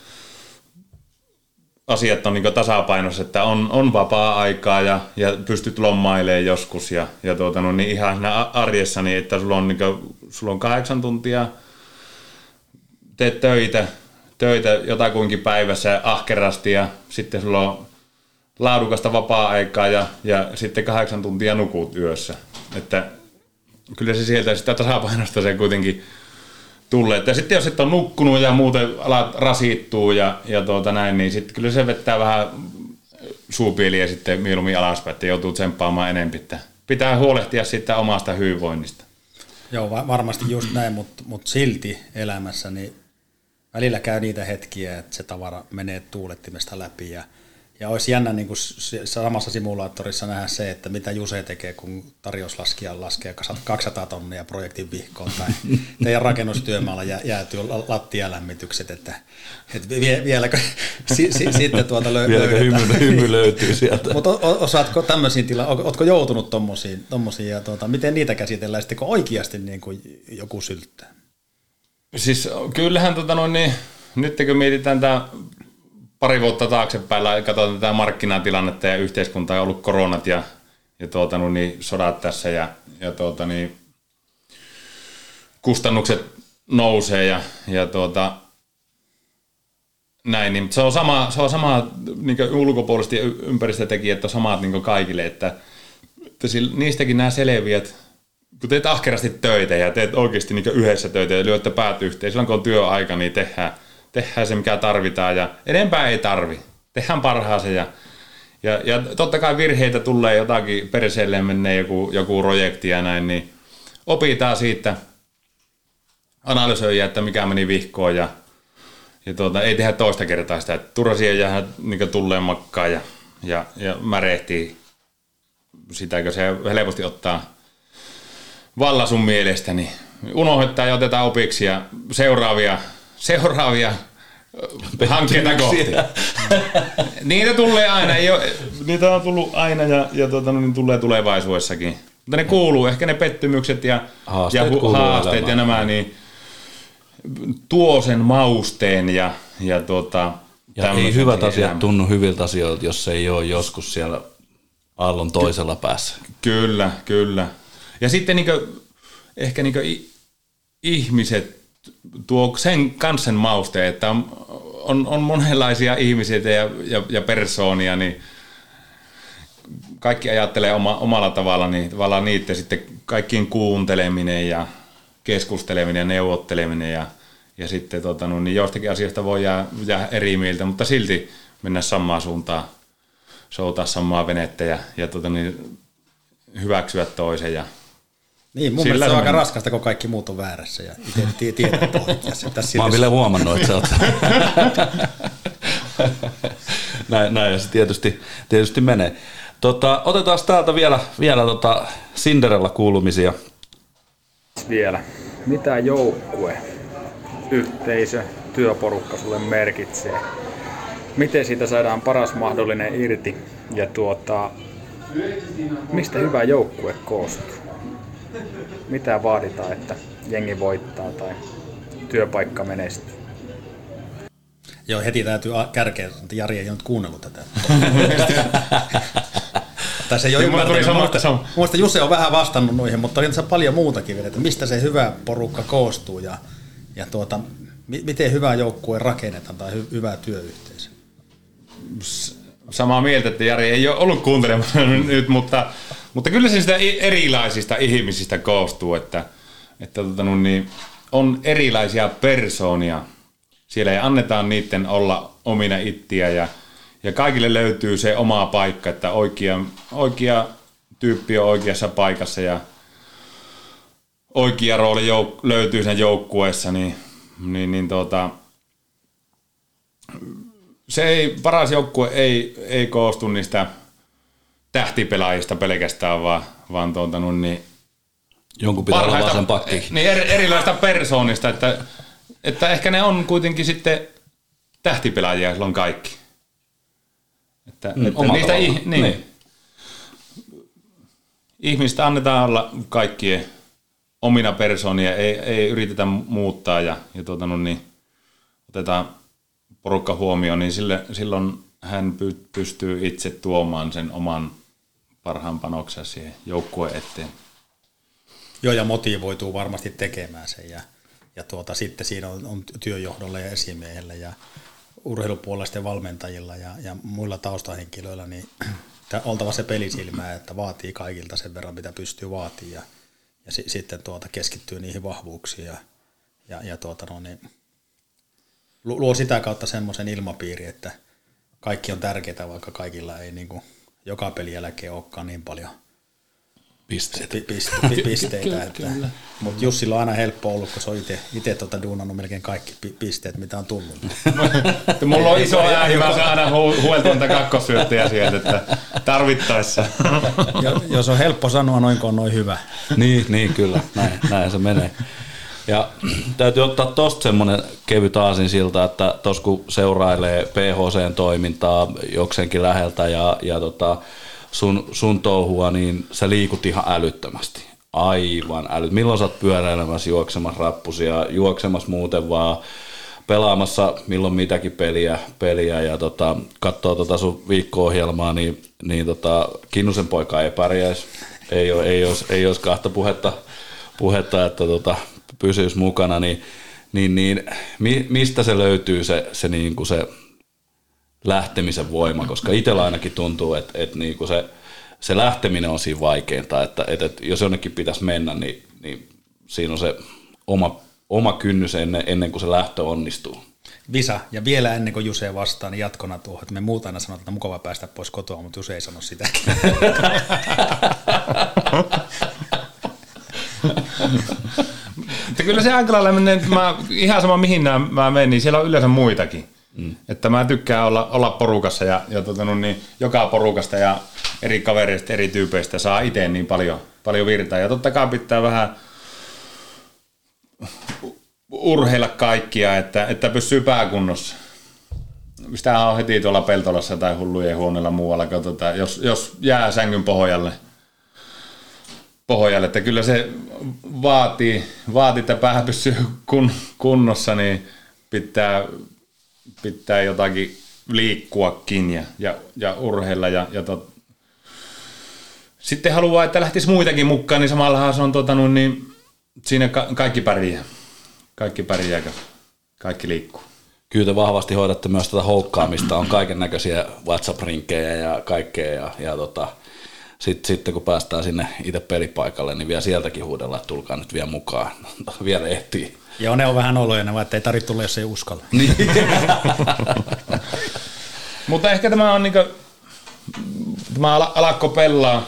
asiat on tasapainossa, että on vapaa-aikaa ja pystyt lommailemaan joskus ja ihan siinä arjessa, niin että sulla on 8 tuntia, teet töitä jotakuinkin päivässä ahkerasti ja sitten sulla on laadukasta vapaa-aikaa ja sitten 8 tuntia nukut yössä. Että kyllä se sieltä sitä tasapainosta se kuitenkin tulee. Että sitten jos et on nukkunut ja muuten alat rasittuu ja näin, niin sitten kyllä se vettää vähän suupieliä sitten mieluummin alaspäin, että joutuu tsemppaamaan enemmän. Pitää huolehtia siitä omasta hyvinvoinnista. Joo, varmasti just näin, mutta silti elämässä niin välillä käy niitä hetkiä, että se tavara menee tuulettimesta läpi ja olisi jännä niin kuin samassa simulaattorissa nähdä se, että mitä Juse tekee, kun tarjouslaskija laskee 200 tonnia projektin vihkoon tai teidän rakennustyömaalla jäätyy lattialämmitykset, että vieläkö sitten vieläkö hymy löytyy sieltä. Mutta osaatko tämmöisiin oletko joutunut tommosiin ja miten niitä käsitellään sitten, kun oikeasti niin kuin joku sylttää? Siis kyllähän nyt kun mietitään tämä pari vuotta taaksepäin, katsotaan tätä markkinatilannetta ja yhteiskuntaa, on ollut koronat ja sodat tässä ja kustannukset nousee ja näin, niin se on sama niin ulkopuolisesti ympäristötekijät on samat niin kaikille, että niistäkin nämä selviät, kun teet ahkerasti töitä ja teet oikeasti niin yhdessä töitä ja lyötte päät yhteen, silloin kun on työaika, niin tehdään se, mikä tarvitaan ja enempää ei tarvi. Tehdään parhaaseen ja totta kai virheitä tulee, jotakin perseelleen menee joku projekti ja näin, niin opitaan siitä, analysoidaan, että mikä meni vihkoon ja ei tehdä toista kertaa sitä, että turha siihen jäädä niin tulleen makkaan ja märehtii sitä, kun se helposti ottaa valla sun mielestä, niin unohdetaan ja otetaan opiksi ja seuraavia hankkeita kohti. Niitä tulee aina, niitä on tullut aina ja niin tulee tulevaisuudessakin. Mutta ne kuuluu, ehkä ne pettymykset ja haasteet ja nämä, niin tuo sen mausteen ja ei hyvät asiat tunnu hyviltä asioilta, jos ei ole joskus siellä aallon toisella päässä. Kyllä. Ja sitten ehkä ihmiset tuo sen mausteen, että on monenlaisia ihmisiä ja persoonia, niin kaikki ajattelee omalla tavalla, niin tavallaan niiden sitten kaikkien kuunteleminen ja keskusteleminen ja neuvotteleminen ja sitten niin jostakin asioista voi jää eri mieltä, mutta silti mennä samaan suuntaan, soutaa samaa venettä ja niin hyväksyä toisen. Ja niin, mun mielestä se on aika raskasta, kun kaikki muut on väärässä ja itse tiedät oikeassa. Mä oon vielä huomannut, että sä oot. näin se tietysti menee. Otetaan täältä vielä Cinderella-kuulumisia. Vielä. Mitä joukkue, yhteisö, työporukka sulle merkitsee? Miten siitä saadaan paras mahdollinen irti? Ja mistä hyvä joukkue koostuu? Mitä vaaditaan, että jengi voittaa tai työpaikka menestyy? Joo, heti täytyy kärkeä, että Jari ei ole nyt kuunnellut tätä. Tai se ei ole ymmärtänyt. Muista Juse on vähän vastannut noihin, mutta on paljon muutakin vielä, että mistä se hyvä porukka koostuu ja miten hyvä joukkue rakennetaan tai hyvä työyhteisö. Samaa mieltä, että Jari ei ole ollut kuuntelemassa nyt, mutta kyllä se sitä erilaisista ihmisistä koostuu, että niin on erilaisia persoonia siellä ja annetaan niiden olla omina ittiä ja kaikille löytyy se oma paikka, että oikea tyyppi on oikeassa paikassa ja oikea rooli löytyy sen joukkueessa, paras joukkue ei koostu niistä tähtipelaajista pelkästään, vaan jonkun pitää olla vasen pakki. Niin erilaista persoonista, että ehkä ne on kuitenkin sitten tähtipelaajia silloin kaikki. Että niistä niin. Ihmistä annetaan olla kaikkien omina persoonia, ei yritetä muuttaa ja otetaan porukka huomioon, niin silloin hän pystyy itse tuomaan sen oman parhaan panoksen siihen joukkueen eteen. Joo, ja motivoituu varmasti tekemään sen ja sitten siinä on työjohdolla ja esimiehellä ja urheilupuolisten valmentajilla ja muilla taustahenkilöillä niin oltava se pelisilmä, että vaatii kaikilta sen verran, mitä pystyy vaatimaan ja sitten keskittyy niihin vahvuuksiin ja luo sitä kautta semmoisen ilmapiiri, että kaikki on tärkeää, vaikka kaikilla ei niin kuin joka pelin jälkeen olekaan niin paljon pisteitä. Mutta Jussilla on aina helppo ollut, kun se on itse duunannut melkein kaikki pisteet, mitä on tullut. Mulla on iso ääni, mä saan aina hueltua kakkosyöttäjä sieltä, että tarvittaessa. Jos on helppo sanoa noin, kun on noin hyvä. Niin kyllä, näin se menee. Ja täytyy ottaa tosta semmoinen kevyt aasinsilta, että tos kun seurailee PHC:n toimintaa jokseenkin läheltä ja sun touhua, niin sä liikut ihan älyttömästi. Aivan älyttömästi. Milloin sä oot pyöräilemässä, juoksemassa rappusia, juoksemassa muuten vaan, pelaamassa milloin mitäkin peliä ja katsoo sun viikko-ohjelmaa, niin Kinnusen poika ei pärjäisi. Ei olisi kahta puhetta että pysyisi mukana, niin mistä se löytyy se niinku se lähtemisen voima, koska itsellä ainakin tuntuu, että niinku se lähteminen on siinä vaikeinta, että jos jonnekin pitäisi mennä, niin siinä on se oma kynnys ennen kuin se lähtö onnistuu. Visa, ja vielä ennen kuin Juse vastaa, niin jatkona tuohon, että me muut aina sanotaan, että on mukava päästä pois kotoa, mutta Juse ei sano sitäkin. Kyllä se aika lailla menee, ihan sama mihin mä menen, niin siellä on yleensä muitakin. Että mä tykkään olla porukassa ja joka porukasta ja eri kavereista, eri tyypeistä saa itse niin paljon virtaa. Ja totta kai pitää vähän urheilla kaikkia, että pysyy pääkunnossa. sitä on heti tuolla Peltolassa tai Hullujen huoneella muualla, jos jää sängyn pohjalle, että kyllä se vaatii että päähä pysyy kunnossa, niin pitää jotakin liikkuakin ja urheilla sitten haluaa, että lähtisi muitakin mukaan, niin samallahan se on niin siinä kaikki pärjää. Kaikki pärjää, kaikki liikkuu. Kyllä te vahvasti hoidatte myös tätä houkkaamista, on kaiken näköisiä WhatsApp-rinkejä ja kaikkea ja sitten kun päästään sinne itse pelipaikalle, niin vielä sieltäkin huudella, että tulkaa nyt vielä mukaan, vielä ehtii. Joo, ne on vähän oloja, että ei tarvitse tulla, jos ei uskalla. Niin. Mutta ehkä tämä on tämä alakko pelaa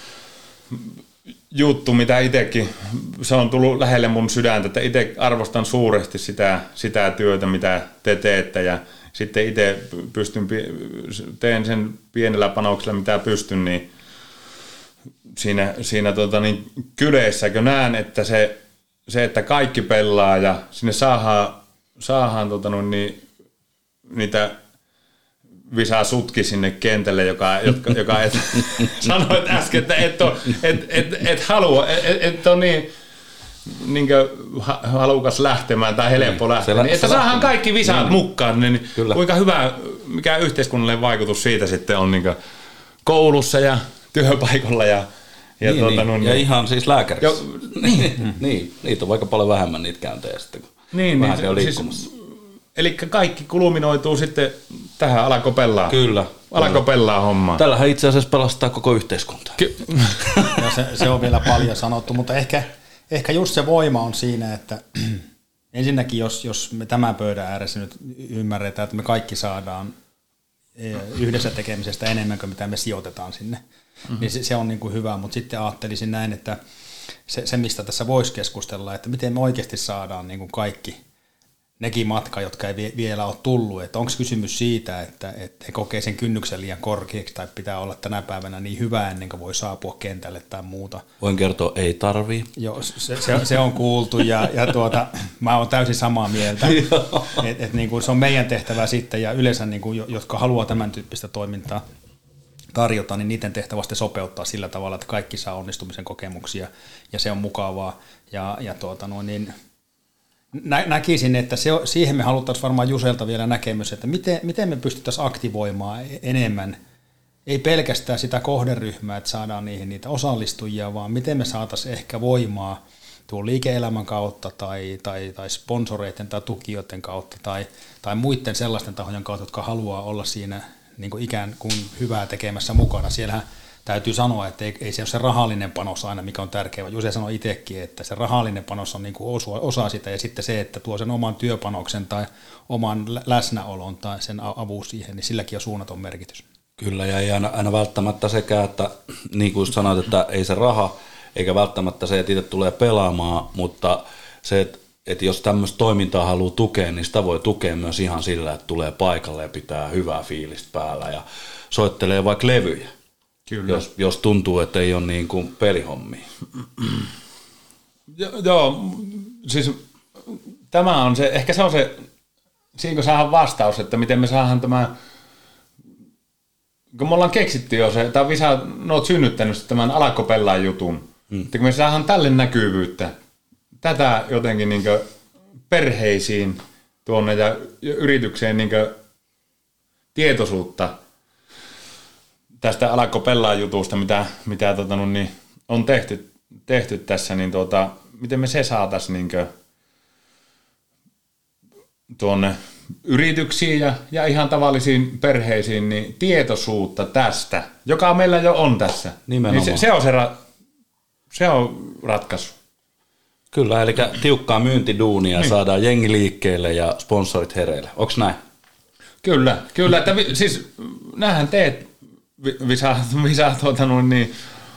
juttu, mitä itsekin, se on tullut lähelle mun sydäntä, että itse arvostan suuresti sitä työtä, mitä te teette ja sitten itse teen sen pienellä panoksella, mitä pystyn, niin siinä niin kyleissäkö näen, että se, että kaikki pelaa ja sinne saadaan niitä visaa sutki sinne kentälle, joka et sanoit äsken, että et halua, et on niin halukas lähtemään tai helppo lähteä. Että saadaan kaikki visaat mukaan, niin kuinka hyvä, mikä yhteiskunnallinen vaikutus siitä sitten on niin koulussa ja työpaikalla ja ja ihan siis lääkärissä. Niin, niitä on vaikka paljon vähemmän niitä käyntejä sitten, kun vähän käy liikkumassa. Siis, eli kaikki kulminoituu sitten tähän alako pelaa. Kyllä. Alako pelaa hommaa. Tällähän itse asiassa pelastaa koko yhteiskuntaa. Se on vielä paljon sanottu, mutta ehkä just se voima on siinä, että ensinnäkin jos me tämän pöydän ääressä nyt ymmärretään, että me kaikki saadaan yhdessä tekemisestä enemmän kuin mitä me sijoitetaan sinne, niin se on niin kuin hyvä, mutta sitten ajattelisin näin, että se mistä tässä voisi keskustella, että miten me oikeasti saadaan niin kuin kaikki nekin matka, jotka ei vielä ole tullut, että onko kysymys siitä, että he kokee sen kynnyksen liian korkeaksi tai pitää olla tänä päivänä niin hyvä ennen kuin voi saapua kentälle tai muuta. Voin kertoa, ei tarvii. Joo, se on kuultu ja mä oon täysin samaa mieltä, että niin kuin se on meidän tehtävä sitten ja yleensä niin kuin, jotka haluaa tämän tyyppistä toimintaa tarjota, niin niiden tehtävä sitten sopeuttaa sillä tavalla, että kaikki saa onnistumisen kokemuksia ja se on mukavaa näkisin, että siihen me haluttaisiin varmaan Juselta vielä näkemys, että miten me pystyttäisiin aktivoimaan enemmän, ei pelkästään sitä kohderyhmää, että saadaan niitä osallistujia, vaan miten me saataisiin ehkä voimaa tuon liike-elämän kautta tai sponsoreiden tai tukijoiden kautta tai muiden sellaisten tahojen kautta, jotka haluaa olla siinä niin kuin ikään kuin hyvää tekemässä mukana. Siellähän täytyy sanoa, että ei se ole se rahallinen panos aina, mikä on tärkeä. Juse sanoi itsekin, että se rahallinen panos on niin kuin osa sitä, ja sitten se, että tuo sen oman työpanoksen tai oman läsnäolon tai sen avun siihen, niin silläkin on suunnaton merkitys. Kyllä, ja ei aina välttämättä sekään, että niin kuin sanoit, että ei se raha, eikä välttämättä se, että itse tulee pelaamaan, mutta se, että jos tämmöistä toimintaa haluaa tukea, niin sitä voi tukea myös ihan sillä, että tulee paikalle ja pitää hyvää fiilistä päällä ja soittelee vaikka levyjä. Kyllä. Jos tuntuu, että ei ole niin kuin pelihommia. Joo, siis tämä on se, ehkä se on se, siinä saadaan vastaus, että miten me saadaan tämä, kun me ollaan keksitty jo se, tai Visa, no oot synnyttänyt tämän alakko pelaa jutun, että kun me saadaan tälle näkyvyyttä, tätä jotenkin niin kuin perheisiin tuonne ja yritykseen niin kuin tietoisuutta tästä alakko pelaa jutusta, mitä niin on tehty tässä, niin miten me se saataisiin niin kuin tuonne yrityksiin ja ihan tavallisiin perheisiin niin tietoisuutta tästä, joka meillä jo on tässä. Nimenomaan. Niin se on ratkaisu. Kyllä, eli tiukkaa myyntiduunia niin. Saadaan jengi liikkeelle ja sponsorit hereille. Onko näin? Kyllä, että siis näähän teet Visa niin,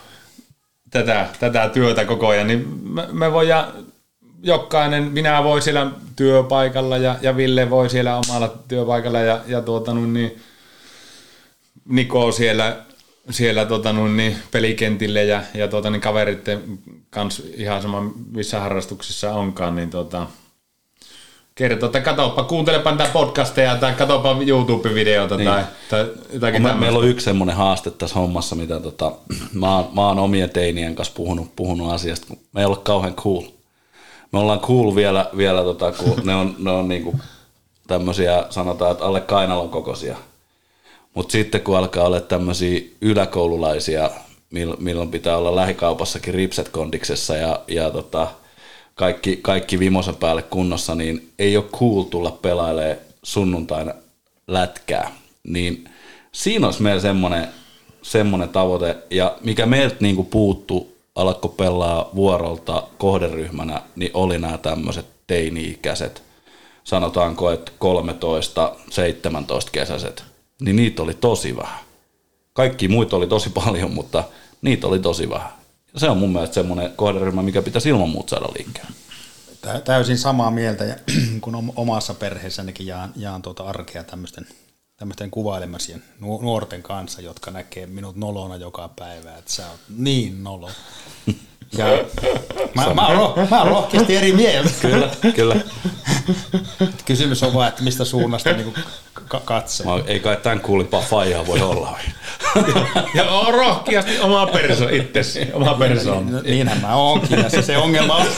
tätä työtä koko ajan, niin me voidaan jokainen, minä voi siellä työpaikalla ja Ville voi siellä omalla työpaikalla ja niin, Niko siellä niin, pelikentille ja niin, kaveritten kanssa ihan sama missä harrastuksissa onkaan, niin kertoo, että katoppa, kuuntelepa niitä podcasteja tai katoppa YouTube-videota Niin. tai jotakin tämmöistä. Meillä on yksi semmoinen haaste tässä hommassa, mitä mä oon omien teinien kanssa puhunut asiasta, kun me ei ole kauhean cool. Me ollaan cool vielä kun ne on niinku tämmöisiä, sanotaan, että alle kainalon kokoisia. Mutta sitten kun alkaa olla tämmöisiä yläkoululaisia, milloin pitää olla lähikaupassakin ripset kondiksessa ja kaikki vimosen päälle kunnossa, niin ei ole cool tulla pelailemaan sunnuntaina lätkää. Niin siinä olisi meillä semmoinen tavoite, ja mikä meiltä niinku puuttu alkoi pelaa vuorolta kohderyhmänä, niin oli nämä tämmöiset teini-ikäiset, sanotaanko, että 13-17 kesäiset, niin niitä oli tosi vähän. Kaikki muita oli tosi paljon, mutta niitä oli tosi vähän. Se on mun mielestä semmoinen kohderyhmä, mikä pitäisi ilman muuta saada liikkeelle. Täysin samaa mieltä, ja kun omassa perheessänikin jaan arkea tämmöisten kuvailemasien nuorten kanssa, jotka näkee minut nolona joka päivä, että sä oot niin nolo. Ja mä oon rohkeasti eri mieltä. Kyllä. Kysymys on vaan, että mistä suunnasta niin katsoo. Ei kai tämän kuulimpaa faijaa voi olla. Ja on rohkeasti oma persoon. Niinhän mä oonkin, ja se ongelma on.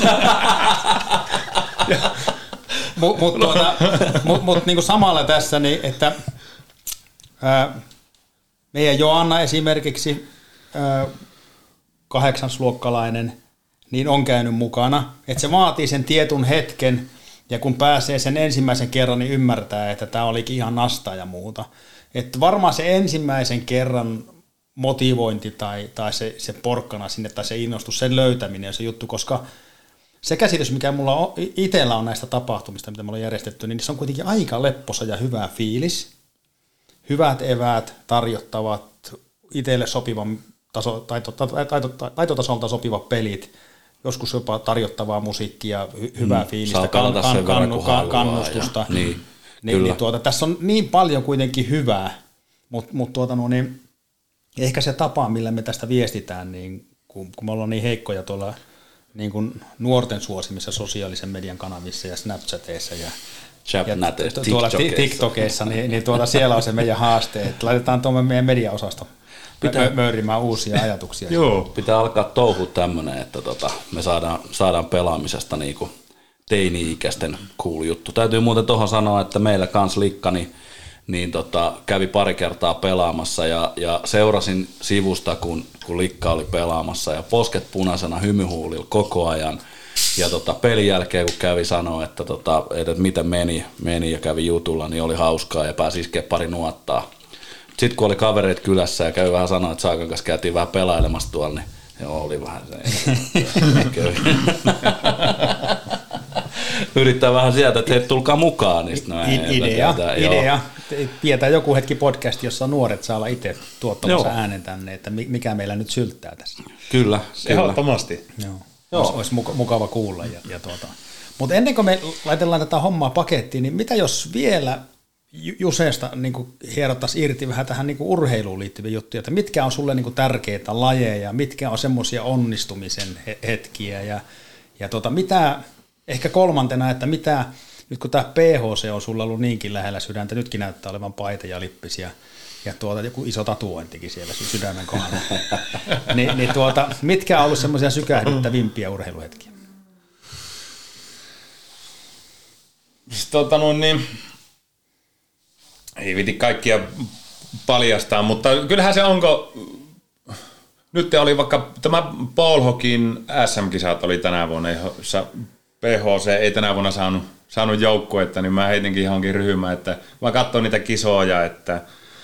Mutta niin samalla tässä, niin, että meidän Joanna esimerkiksi 8-luokkalainen, niin on käynyt mukana, että se vaatii sen tietyn hetken, ja kun pääsee sen ensimmäisen kerran, niin ymmärtää, että tämä olikin ihan nasta ja muuta. Että varmaan se ensimmäisen kerran motivointi tai se porkkana sinne tai se innostus, sen löytäminen on se juttu, koska se käsitys, mikä mulla itsellä on näistä tapahtumista, mitä me ollaan järjestetty, niin se on kuitenkin aika lepposa ja hyvä fiilis. Hyvät eväät, tarjottavat, itselle sopivan taitotasolta sopivat pelit, joskus jopa tarjottavaa musiikkia, hyvää fiilistä, kannustusta. Tässä on niin paljon kuitenkin hyvää, mutta niin, ehkä se tapa, millä me tästä viestitään, niin kun me ollaan niin heikkoja tuolla niin kuin nuorten suosimissa sosiaalisen median kanavissa ja Snapchateissa ja tuolla TikTokeissa, niin siellä on se meidän haaste, että laitetaan tuomme meidän mediaosasto möyrimään uusia ajatuksia. Joo. Pitää alkaa touhua tämmöinen, että me saadaan pelaamisesta niinku teini-ikäisten cool juttu. Täytyy muuten tuohon sanoa, että meillä kans likkani niin kävi pari kertaa pelaamassa ja seurasin sivusta, kun likka oli pelaamassa ja posket punaisena hymyhuulilla koko ajan. Ja pelin jälkeen, kun kävi sanoa, että miten meni ja kävi jutulla, niin oli hauskaa ja pääsi iskeä pari nuottaa. Sitten kun oli kavereet kylässä ja kävi vähän sanoa, että Saakan kanssa käytiin vähän pelailemassa tuolla, niin joo, oli vähän se. Yrittää vähän sieltä, että hei, tulkaa mukaan. Idea. Pidetään joku hetki podcast, jossa nuoret saa olla itse tuottamassa äänen tänne, että mikä meillä nyt sylttää tässä. Kyllä. Ehdottomasti. Joo. Olisi mukava kuulla. Mutta ennen kuin me laitellaan tätä hommaa pakettiin, niin mitä jos vielä Juseesta niin hierottaisiin irti vähän tähän niin urheiluun liittyviä juttuja, että mitkä on sulle niin tärkeitä lajeja, mitkä on semmoisia onnistumisen hetkiä ja mitä, ehkä kolmantena, että mitä, nyt kun tämä PHC on sulla ollut niinkin lähellä sydäntä, nytkin näyttää olevan paita ja lippis ja joku iso tatuointikin siellä sydämen kohdalla, niin mitkä on ollut semmoisia sykähdyttävimpiä urheiluhetkiä? Ei viti kaikkia paljastaa, mutta kyllähän se onko, nyt oli vaikka tämä Paul Hockeyn SM-kisat oli tänä vuonna, jossa PHC ei tänä vuonna saanut joukkuetta, niin mä heitinkin johonkin ryhmään, että mä katsoin niitä kisoja, että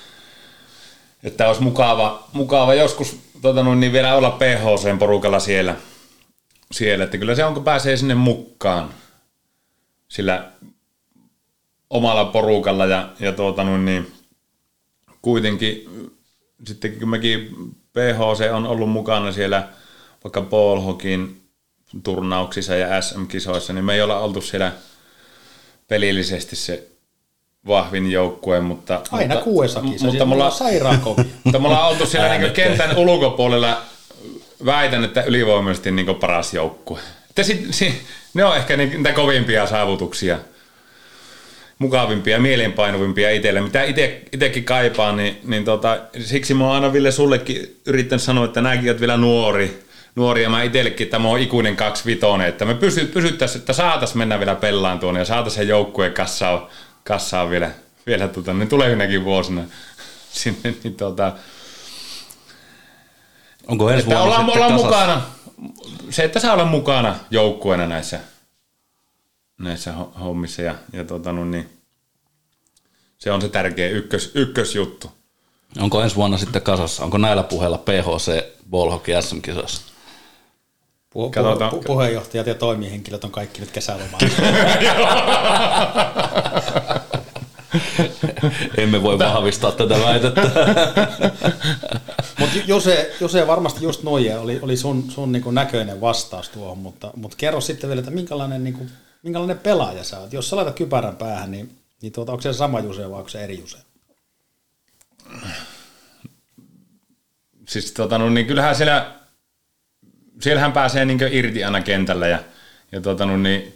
olisi mukava joskus niin vielä olla PHCn porukalla siellä, että kyllä se on, kun pääsee sinne mukaan sillä omalla porukalla ja niin kuitenkin sitten kun mekin PHC on ollut mukana siellä vaikka Paul Hockeyn turnauksissa ja SM-kisoissa, niin me ei olla oltu siellä pelillisesti se vahvin joukkue, mutta aina kuuessakin, mutta mulla on sairaan kovia. Mutta me ollaan oltu siellä niin kentän ulkopuolella, väitän, että ylivoimaisesti niin paras joukkue. Ne on ehkä niitä kovimpia saavutuksia. mukavimpia ja mieleenpainuvimpia itselle, mitä itsekin kaipaan, niin siksi mä oon aina Ville sullekin yrittänyt sanoa, että nämäkin oot vielä nuori ja mä itsellekin, että mä oon ikuinen 25, että me pysyttäisiin, että saatais mennä vielä pellaan tuonne ja saatais sen joukkueen kassaan vielä niin tulevinakin vuosina sinne, niin onko ensi että vuonna ollaan mukana, se, että saa olla mukana joukkueena näissä hommissa ja niin se on se tärkeä ykkösjuttu. Onko ensi vuonna sitten kasassa? Onko näillä puheilla PHC Ballhockey SM-kisoissa? Puheenjohtajat ja toimihenkilöt on kaikki nyt kesälomalla. Emme voi vahvistaa tätä väitettä. Mutta Jose varmasti just noin oli sun niin kuin näköinen vastaus tuohon, mutta kerro sitten vielä, että minkälainen pelaaja sä oot. Jos sä laitat kypärän päähän, niin onko se sama Jose vai onko se eri Jose? Siis niin kyllähän siellähän pääsee niin irti aina kentällä ja niin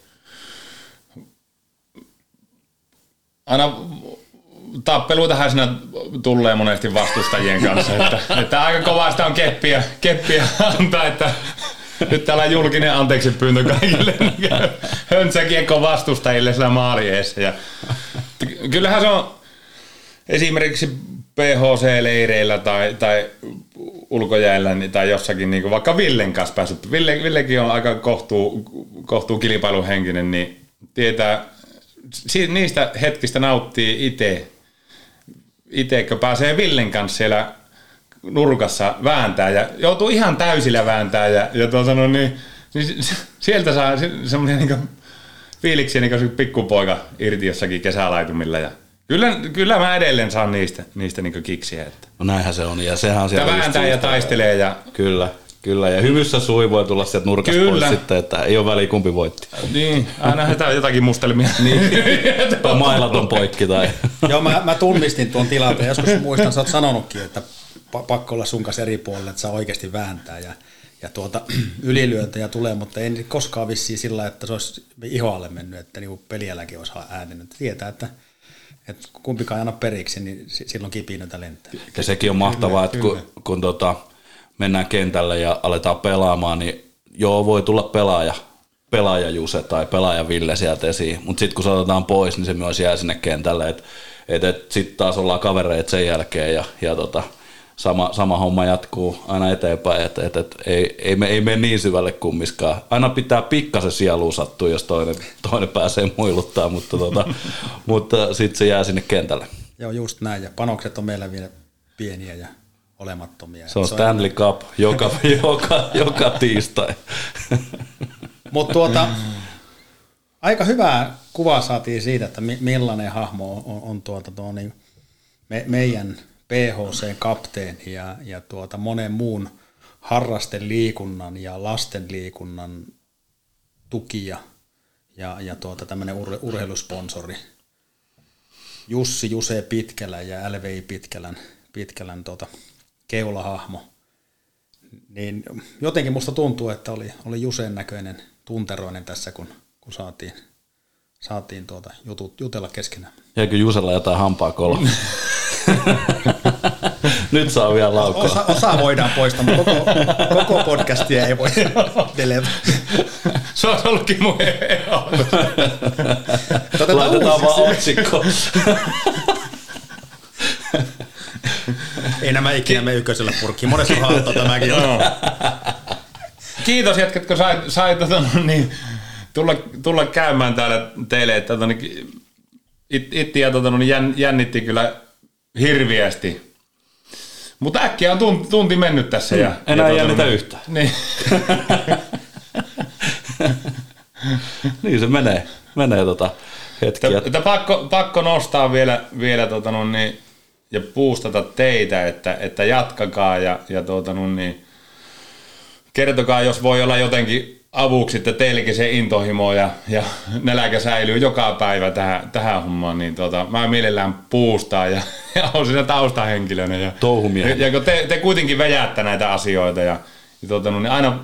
aina tappeluitahan siinä tulee monesti vastustajien kanssa, että aika kovaa sitä on keppiä antaa, että nyt täällä on julkinen anteeksi pyyntö kaikille höntsäkiekko vastustajille siellä maali eessä. Ja kyllähän se on esimerkiksi PHC-leireillä tai ulkojäällä tai jossakin, niin vaikka Villen kanssa päässyt. Villekin on aika kohtuu kilpailuhenkinen, niin tietää, niistä hetkistä nauttii itse, kun pääsee Villen kanssa siellä nurkassa vääntää ja joutuu ihan täysillä vääntää ja niin sieltä saa semmoinen niin fiiliksiä niin kuin pikkupoika irti jossakin kesälaitumilla ja Kyllä mä edelleen saan niistä niin kiksiä. Että. No näinhän se on. Ja sehän on siellä vääntää ja taistelee. Ja. Kyllä. Ja hymyssä sui voi tulla sieltä nurkasta pois sitten, että ei ole väliä kumpi voitti. Niin, aina jotakin mustelmia. Niin. Tai mailaton poikki. Tai. Joo, mä tunnistin tuon tilanteen. Joskus muistan, sä oot sanonutkin, että pakko olla sun kanssa eri puolella, että saa oikeasti vääntää. Ja ylilyöntejä tulee, mutta ei koskaan vissiin sillä, että se olisi ihoalle mennyt, että niin peliälläkin olisi ääninyt. Tietää, että kumpikaan ei anna periksi, niin silloin kipinöitä lentää. Ja sekin on mahtavaa, että kun mennään kentälle ja aletaan pelaamaan, niin voi tulla pelaaja Juse tai pelaaja Ville sieltä esiin, mutta sitten kun se otetaan pois, niin se myös jää sinne kentälle, että sitten taas ollaan kavereita sen jälkeen ja sama homma jatkuu aina eteenpäin, että ei mene niin syvälle kummiskaan. Aina pitää pikkasen sieluun sattua, jos toinen pääsee muiluttaa, mutta sitten se jää sinne kentälle. Joo, just näin. Ja panokset on meillä vielä pieniä ja olemattomia. Se on Stanley Cup joka tiistai. Mutta aika hyvää kuvaa saatiin siitä, että millainen hahmo on niin meidän PHC-kapteeni ja monen muun harrasteliikunnan ja lastenliikunnan tukija ja tämmöinen urheilusponsori Juse Pitkälän ja LVI Pitkälän keulahahmo. Niin jotenkin musta tuntuu, että oli Juseen näköinen tunteroinen tässä, kun saatiin jutella keskenään. Jäikö Jusella jotain hampaa kolme? Nyt saa vielä laukkaa. Osa voidaan poistaa, mutta koko podcastia ei voi deleta. Se on ollutkin mun Laitetaan vaan otsikko. Ei nämä ikinä me ykköselle purkkiin. Monesti on haatto tämäkin. Kiitos jätkät, kun sai tulla käymään täällä teille. Että ittiä jännitti kyllä hirviästi. Mutta äkkiä on tunti mennyt tässä. Enää jännitä yhtään. Niin. Niin se menee hetkiä. Pakko nostaa vielä ja boostata teitä, että jatkakaa ja kertokaa, jos voi olla jotenkin avuksi, että teillekin se intohimo ja nälkä säilyy joka päivä tähän hommaan, niin mä mielellään boostaan ja on siinä taustahenkilönä. Ja kun te kuitenkin vejäätte näitä asioita ja niin aina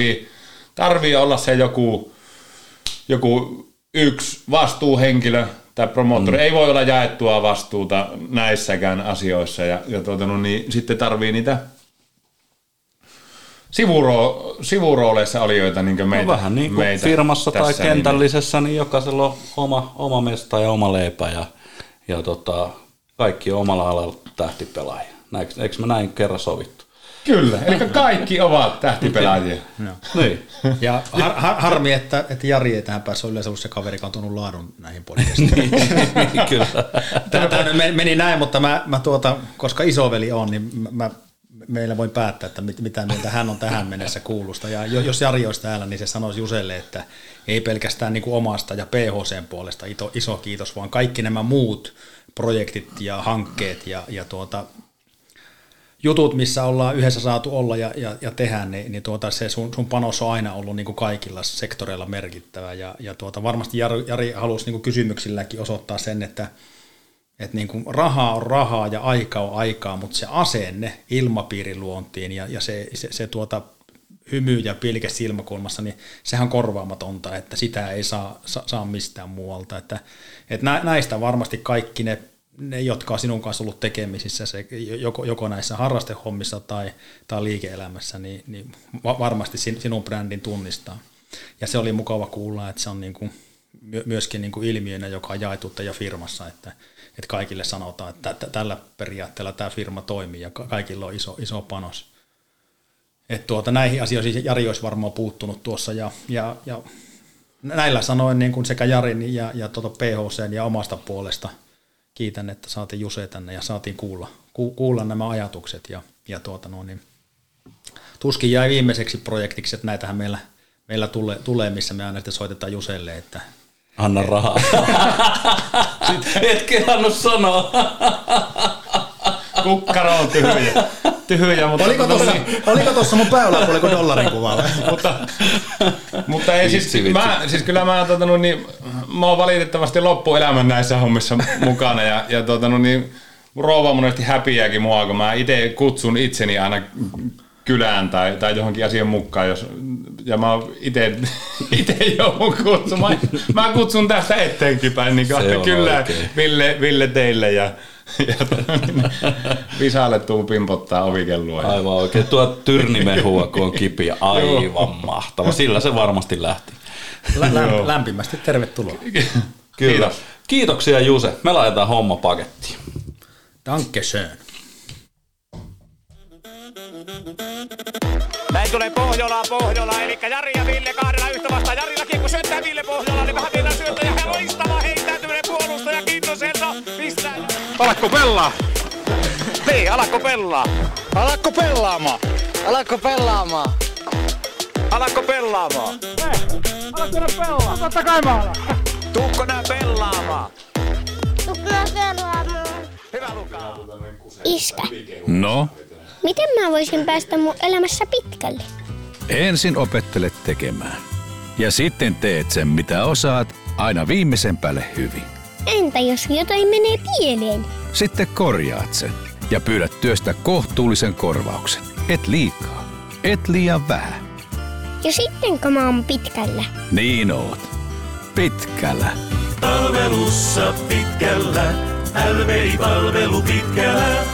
tarvii olla se joku yksi vastuuhenkilö tai promoottori, ei voi olla jaettua vastuuta näissäkään asioissa. Ja niin sitten tarvii niitä sivurooleissa olijoita niin meitä. No vähän niin kuin firmassa tai kentällisessä, niin jokaisella on oma mesta ja oma leipä ja kaikki on omalla alalla tähtipelaajia. Eikö me näin kerran sovittu? Kyllä, eli kaikki ovat tähtipelaajia. Niin. Ja harmi, että Jari ei tähän päässä, on yleensä ollut se kaveri, joka on tuonut laadun näihin podcastiin. Kyllä. Tämä meni näin, mutta mä koska isoveli on, niin meillä voi päättää, että mitä mieltä hän on tähän mennessä kuulusta. Ja jos Jari olisi täällä, niin se sanoisi Juselle, että ei pelkästään niin kuin omasta ja PHCn puolesta iso kiitos, vaan kaikki nämä muut projektit ja hankkeet ja jutut, missä ollaan yhdessä saatu olla ja tehdä, niin se sun panos on aina ollut niin kuin kaikilla sektoreilla merkittävä. Ja varmasti Jari halusi niin kuin kysymyksilläkin osoittaa sen, että niin kuin rahaa on rahaa ja aika on aikaa, mutta se asenne ilmapiirin luontiin ja se hymy ja pilke silmäkulmassa, niin sehän on korvaamatonta, että sitä ei saa mistään muualta. Että näistä varmasti kaikki ne, jotka on sinun kanssa ollut tekemisissä, se, joko näissä harrastehommissa tai liike-elämässä, niin varmasti sinun brändin tunnistaa. Ja se oli mukava kuulla, että se on niin kuin myöskin niin kuin ilmiönä, joka on jaettu teidän firmassa, että kaikille sanotaan, että tällä periaatteella tämä firma toimii ja kaikilla on iso panos. Että näihin asioihin Jari olisi varmaan puuttunut tuossa ja näillä sanoen niin kuin sekä Jarin ja PHCn ja omasta puolesta kiitän, että saatiin Juse tänne ja saatiin kuulla nämä ajatukset ja tuskin jäi viimeiseksi projektiksi, että näitähän meillä tulee, missä me aina sitten soitetaan Juselle, että anna rahaa. Etkä anna sanoa. Kukkaro on tyhjä. Mutta oliko tuossa mun päällä, oliko dollarin kuvalla? mutta ei siis kyllä mä oon valitettavasti loppuelämän näissä hommissa mukana ja rouva monesti häpiääkin mua, kun mä itse kutsun itseni aina kylään tai johonkin asian mukaan, ja mä itse joudun kutsumaan. Mä kutsun tästä eteenkin päin, niin kyllä Ville teille ja Visalle tuu pimpottaa ovikellua. Aivan oikein. Tuo tyrnimehua, kun on kipiä. Aivan mahtava. Sillä se varmasti lähti. Lämpimästi tervetuloa. Kyllä. Kiitoksia Juse. Me laitetaan homma pakettiin. Dankeschön. Näin tulee Pohjola, eli Jari ja Ville kahdella yhtä vastaan. Jarilla kiekko syöttää Ville Pohjola, niin vähän vielä syöttää ja loistava heittäytyminen puolustaja Kinnuselta. Pistää. Alakko pelaa? Niin, alakko pelaa? Alakko pelaamaan? Alakko pelaamaan? Alakko pelaamaan? Alakko pelaamaan? Totta kai mä alan. Tuukko nää pelaamaan? Tuukko nää pelaamaan? Hyvä Luka. Iskä, No, miten mä voisin päästä mun elämässä pitkälle? ensin opettelet tekemään. Ja sitten teet sen, mitä osaat, aina viimeisen päälle hyvin. Entä jos jotain menee pieleen? Sitten korjaat sen ja pyydät työstä kohtuullisen korvauksen. Et liikaa, et liian vähän. Ja sittenkö mä oon pitkällä? Niin oot. Pitkällä. Palvelussa pitkällä, LVI-palvelu pitkällä.